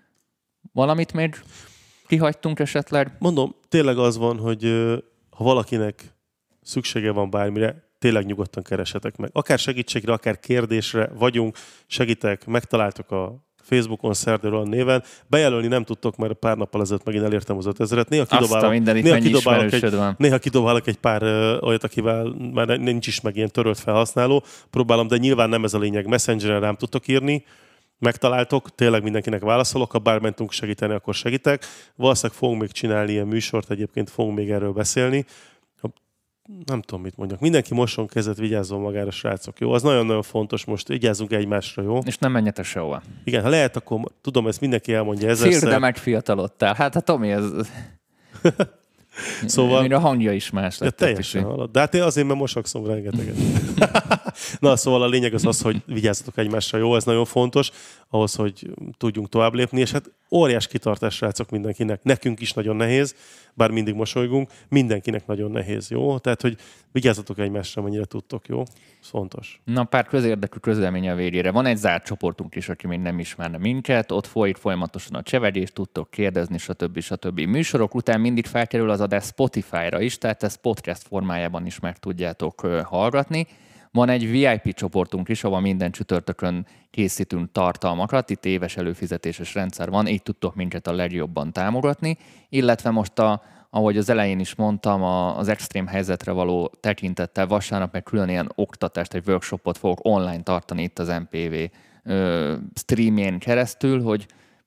Valamit még kihagytunk esetleg? Mondom, tényleg az van, hogy ha valakinek szüksége van bármire, tényleg nyugodtan keresetek meg. Akár segítségre, akár kérdésre vagyunk, segítek, megtaláltok a Facebookon Szerdőről néven. Bejelölni nem tudtok, mert pár nappal ezelőtt megint elértem az ötezret. Néha kidobálok, néha kidobálok, egy, néha kidobálok egy pár ö, olyat, akivel már nincs is meg ilyen törölt felhasználó. Próbálom, de nyilván nem ez a lényeg. Messengeren rám tudtok írni, megtaláltok, tényleg mindenkinek válaszolok, ha bármilyen tudunk segíteni, akkor segítek. Valószínűleg fogunk még csinálni ilyen műsort, egyébként fogunk még erről beszélni. Nem tudom, mit mondjak. Mindenki mosson kezet, vigyázzon magára, srácok, jó? Az nagyon-nagyon fontos most, vigyázzunk egymásra, jó? És nem menjetek sehova. Igen, ha lehet, akkor tudom, ezt mindenki elmondja ezerszer. Félre megfiatalodtál. Hát, hát Tomi, ez... Szóval... Mire a hangja is más lett. Ja, teljesen hallod. De hát én azért, mert mosakszom rengeteget. Na, szóval a lényeg az az, hogy vigyázzatok egymásra, jó? Ez nagyon fontos, ahhoz, hogy tudjunk tovább lépni, és hát óriás kitartás, srácok, mindenkinek. Nekünk is nagyon nehéz, bár mindig mosolygunk, mindenkinek nagyon nehéz, jó? Tehát, hogy vigyázzatok egymásra, mennyire tudtok, jó? Ez fontos. Na, pár közérdekű közlemény a végére. Van egy zárt csoportunk is, aki még nem ismerne minket, ott folyik folyamatosan a csevedés, tudtok kérdezni, stb. stb. Műsorok után mindig felkerül az adás Spotify-ra is, tehát ezt podcast formájában is meg tudjátok hallgatni. Van egy vé i pé csoportunk is, ahol minden csütörtökön készítünk tartalmakat, itt éves előfizetéses rendszer van, így tudtok minket a legjobban támogatni, illetve most, a, ahogy az elején is mondtam, a, az extrém helyzetre való tekintettel vasárnap meg külön ilyen oktatást, egy workshopot fogok online tartani itt az em pé vé ö, streamjén keresztül, hogy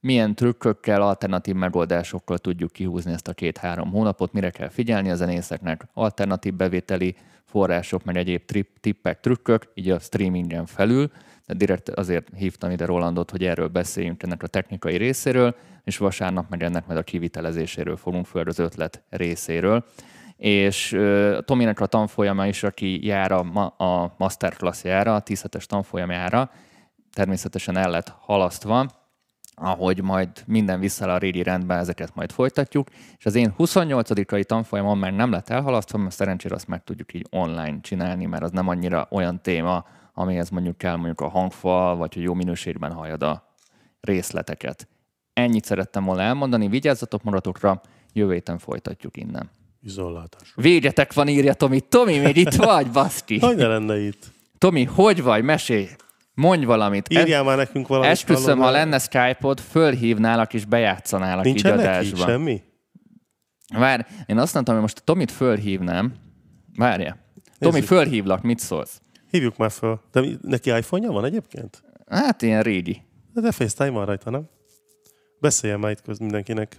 milyen trükkökkel, alternatív megoldásokkal tudjuk kihúzni ezt a két-három hónapot, mire kell figyelni a zenészeknek, alternatív bevételi források, meg egyéb trip, tippek, trükkök, így a streamingen felül. De direkt azért hívtam ide Rolandot, hogy erről beszéljünk ennek a technikai részéről, és vasárnap meg ennek majd a kivitelezéséről fogunk föl az ötlet részéről. És uh, Tominek a tanfolyama is, aki jár a, ma, a masterclassjára, a tíz hetes tanfolyamára, természetesen el lett halasztva, ahogy majd minden visszaáll a régi rendben, ezeket majd folytatjuk. És az én huszonnyolcadikai tanfolyamon már nem lett elhalasztva, mert szerencsére azt meg tudjuk így online csinálni, mert az nem annyira olyan téma, amihez mondjuk kell mondjuk a hangfal, vagy hogy jó minőségben halljad a részleteket. Ennyit szerettem volna elmondani, vigyázzatok magatokra, jövő héten folytatjuk innen. Viszontlátásra. Végetek van, írja Tomi. Tomi, még itt vagy, baszki. Hogy ne lenne itt? Tomi, hogy vagy? Mesélj! Mondj valamit. Írjál már nekünk valamit. Esküszöm, ha lenne Skype-od, fölhívnálak és bejátszanálak nincsen így neki adásba. semmi? Várj, én azt mondtam, hogy most a Tomit fölhívnám. Várja. Tomi, Nézzük. fölhívlak, mit szólsz? Hívjuk már föl. De neki iPhone-ja van egyébként? Hát ilyen régi. De FaceTime van rajta, nem? Beszéljen már itt köz mindenkinek.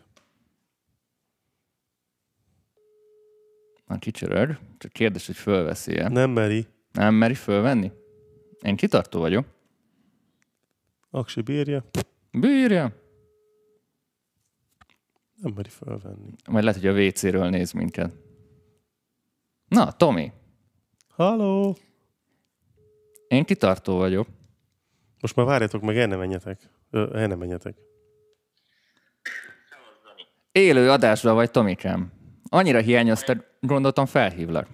Na, kicsörög. Csak kérdés, hogy fölveszi-e. Nem meri. Nem meri fölvenni? Én kitartó vagyok. Aksi bírja. Bírja. Nem meri fölvenni. Majd lehet, hogy a vé céről néz minket. Na, Tomi. Halló! Én kitartó vagyok. Most már várjatok meg, el ne menjetek. Ö, el ne menjetek. Élő adásban vagy, Tomikám. Annyira hiányoztad, gondoltam felhívlak.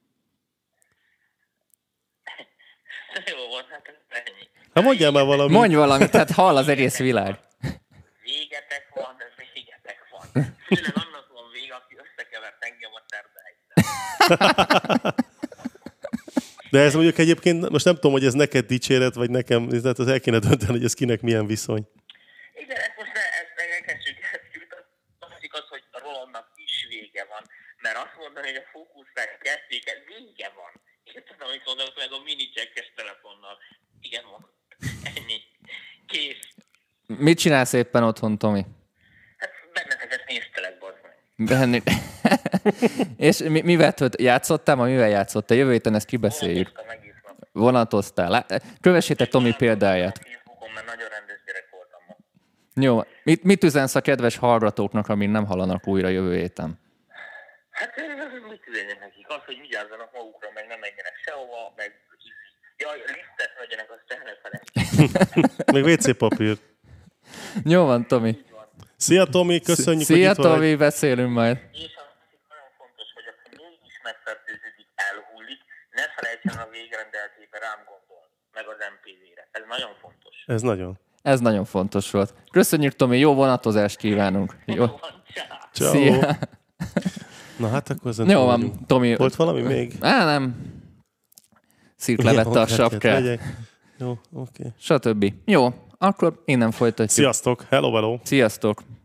Jó van, hát ennyi. Hát mondjál már valamit. Mondj valamit, hát hall az egész világ. Végetek van, végetek van. Főleg annak van vége, aki összekevert engem a szerdáiddal. De ez mondjuk egyébként, most nem tudom, hogy ez neked dicséret, vagy nekem, tehát az el kéne dönteni, hogy ez kinek milyen viszony. Igen, ezt most ne, ezt elkezdjük el. Azt az, hogy a Rolandnak is vége van. Mert azt mondani, hogy a fókuszát kezdték, ez vége van. Én tudom, hogy mondok meg a mini csekkes telefonnal. Igen, van. Ennyi. Kész. Mit csinálsz éppen otthon, Tomi? Hát benneteket néztelek, bazd meg. Benni... És mi, mivel tölt? Játszottál? Ma mivel játszottál? Jövő héten ezt kibeszéljük. Vonatoztam egész nap. Vonatoztál. Lá- Kövessétek Tomi példáját. Facebookon, mert nagyon rendes gyerek voltam ma. Jó. Mit, mit üzensz a kedves hallgatóknak, amíg nem hallanak újra jövő héten? Hát mit üzenjek nekik? Az, hogy vigyázzanak magukra, meg nem menjenek sehova, meg jaj, lisztet vegyenek, azt se ne felejtsék. Még vé cé papír. Jó van, Tomi. Szia Tomi, köszönjük, Szia, hogy itt vagy. Tomi, beszélünk majd. És az nagyon fontos, hogy aki mégis megfertőződik, elhullik, ne felejtsen a végrendeltébe rám gondol, meg az em pé vé-re. Ez nagyon fontos. Ez nagyon. Ez nagyon fontos volt. Köszönjük, Tomi, jó vonatozást kívánunk. Jó. Ciao. Szia. Na hát akkor ezen Jó túl van, vagyunk. Tomi. Volt valami még? Á, nem. Szirk levette a sapkát. Megyek. Jó, oké. Okay. Stb. Jó, akkor innen folytatjuk. Sziasztok, hello, hello. Sziasztok.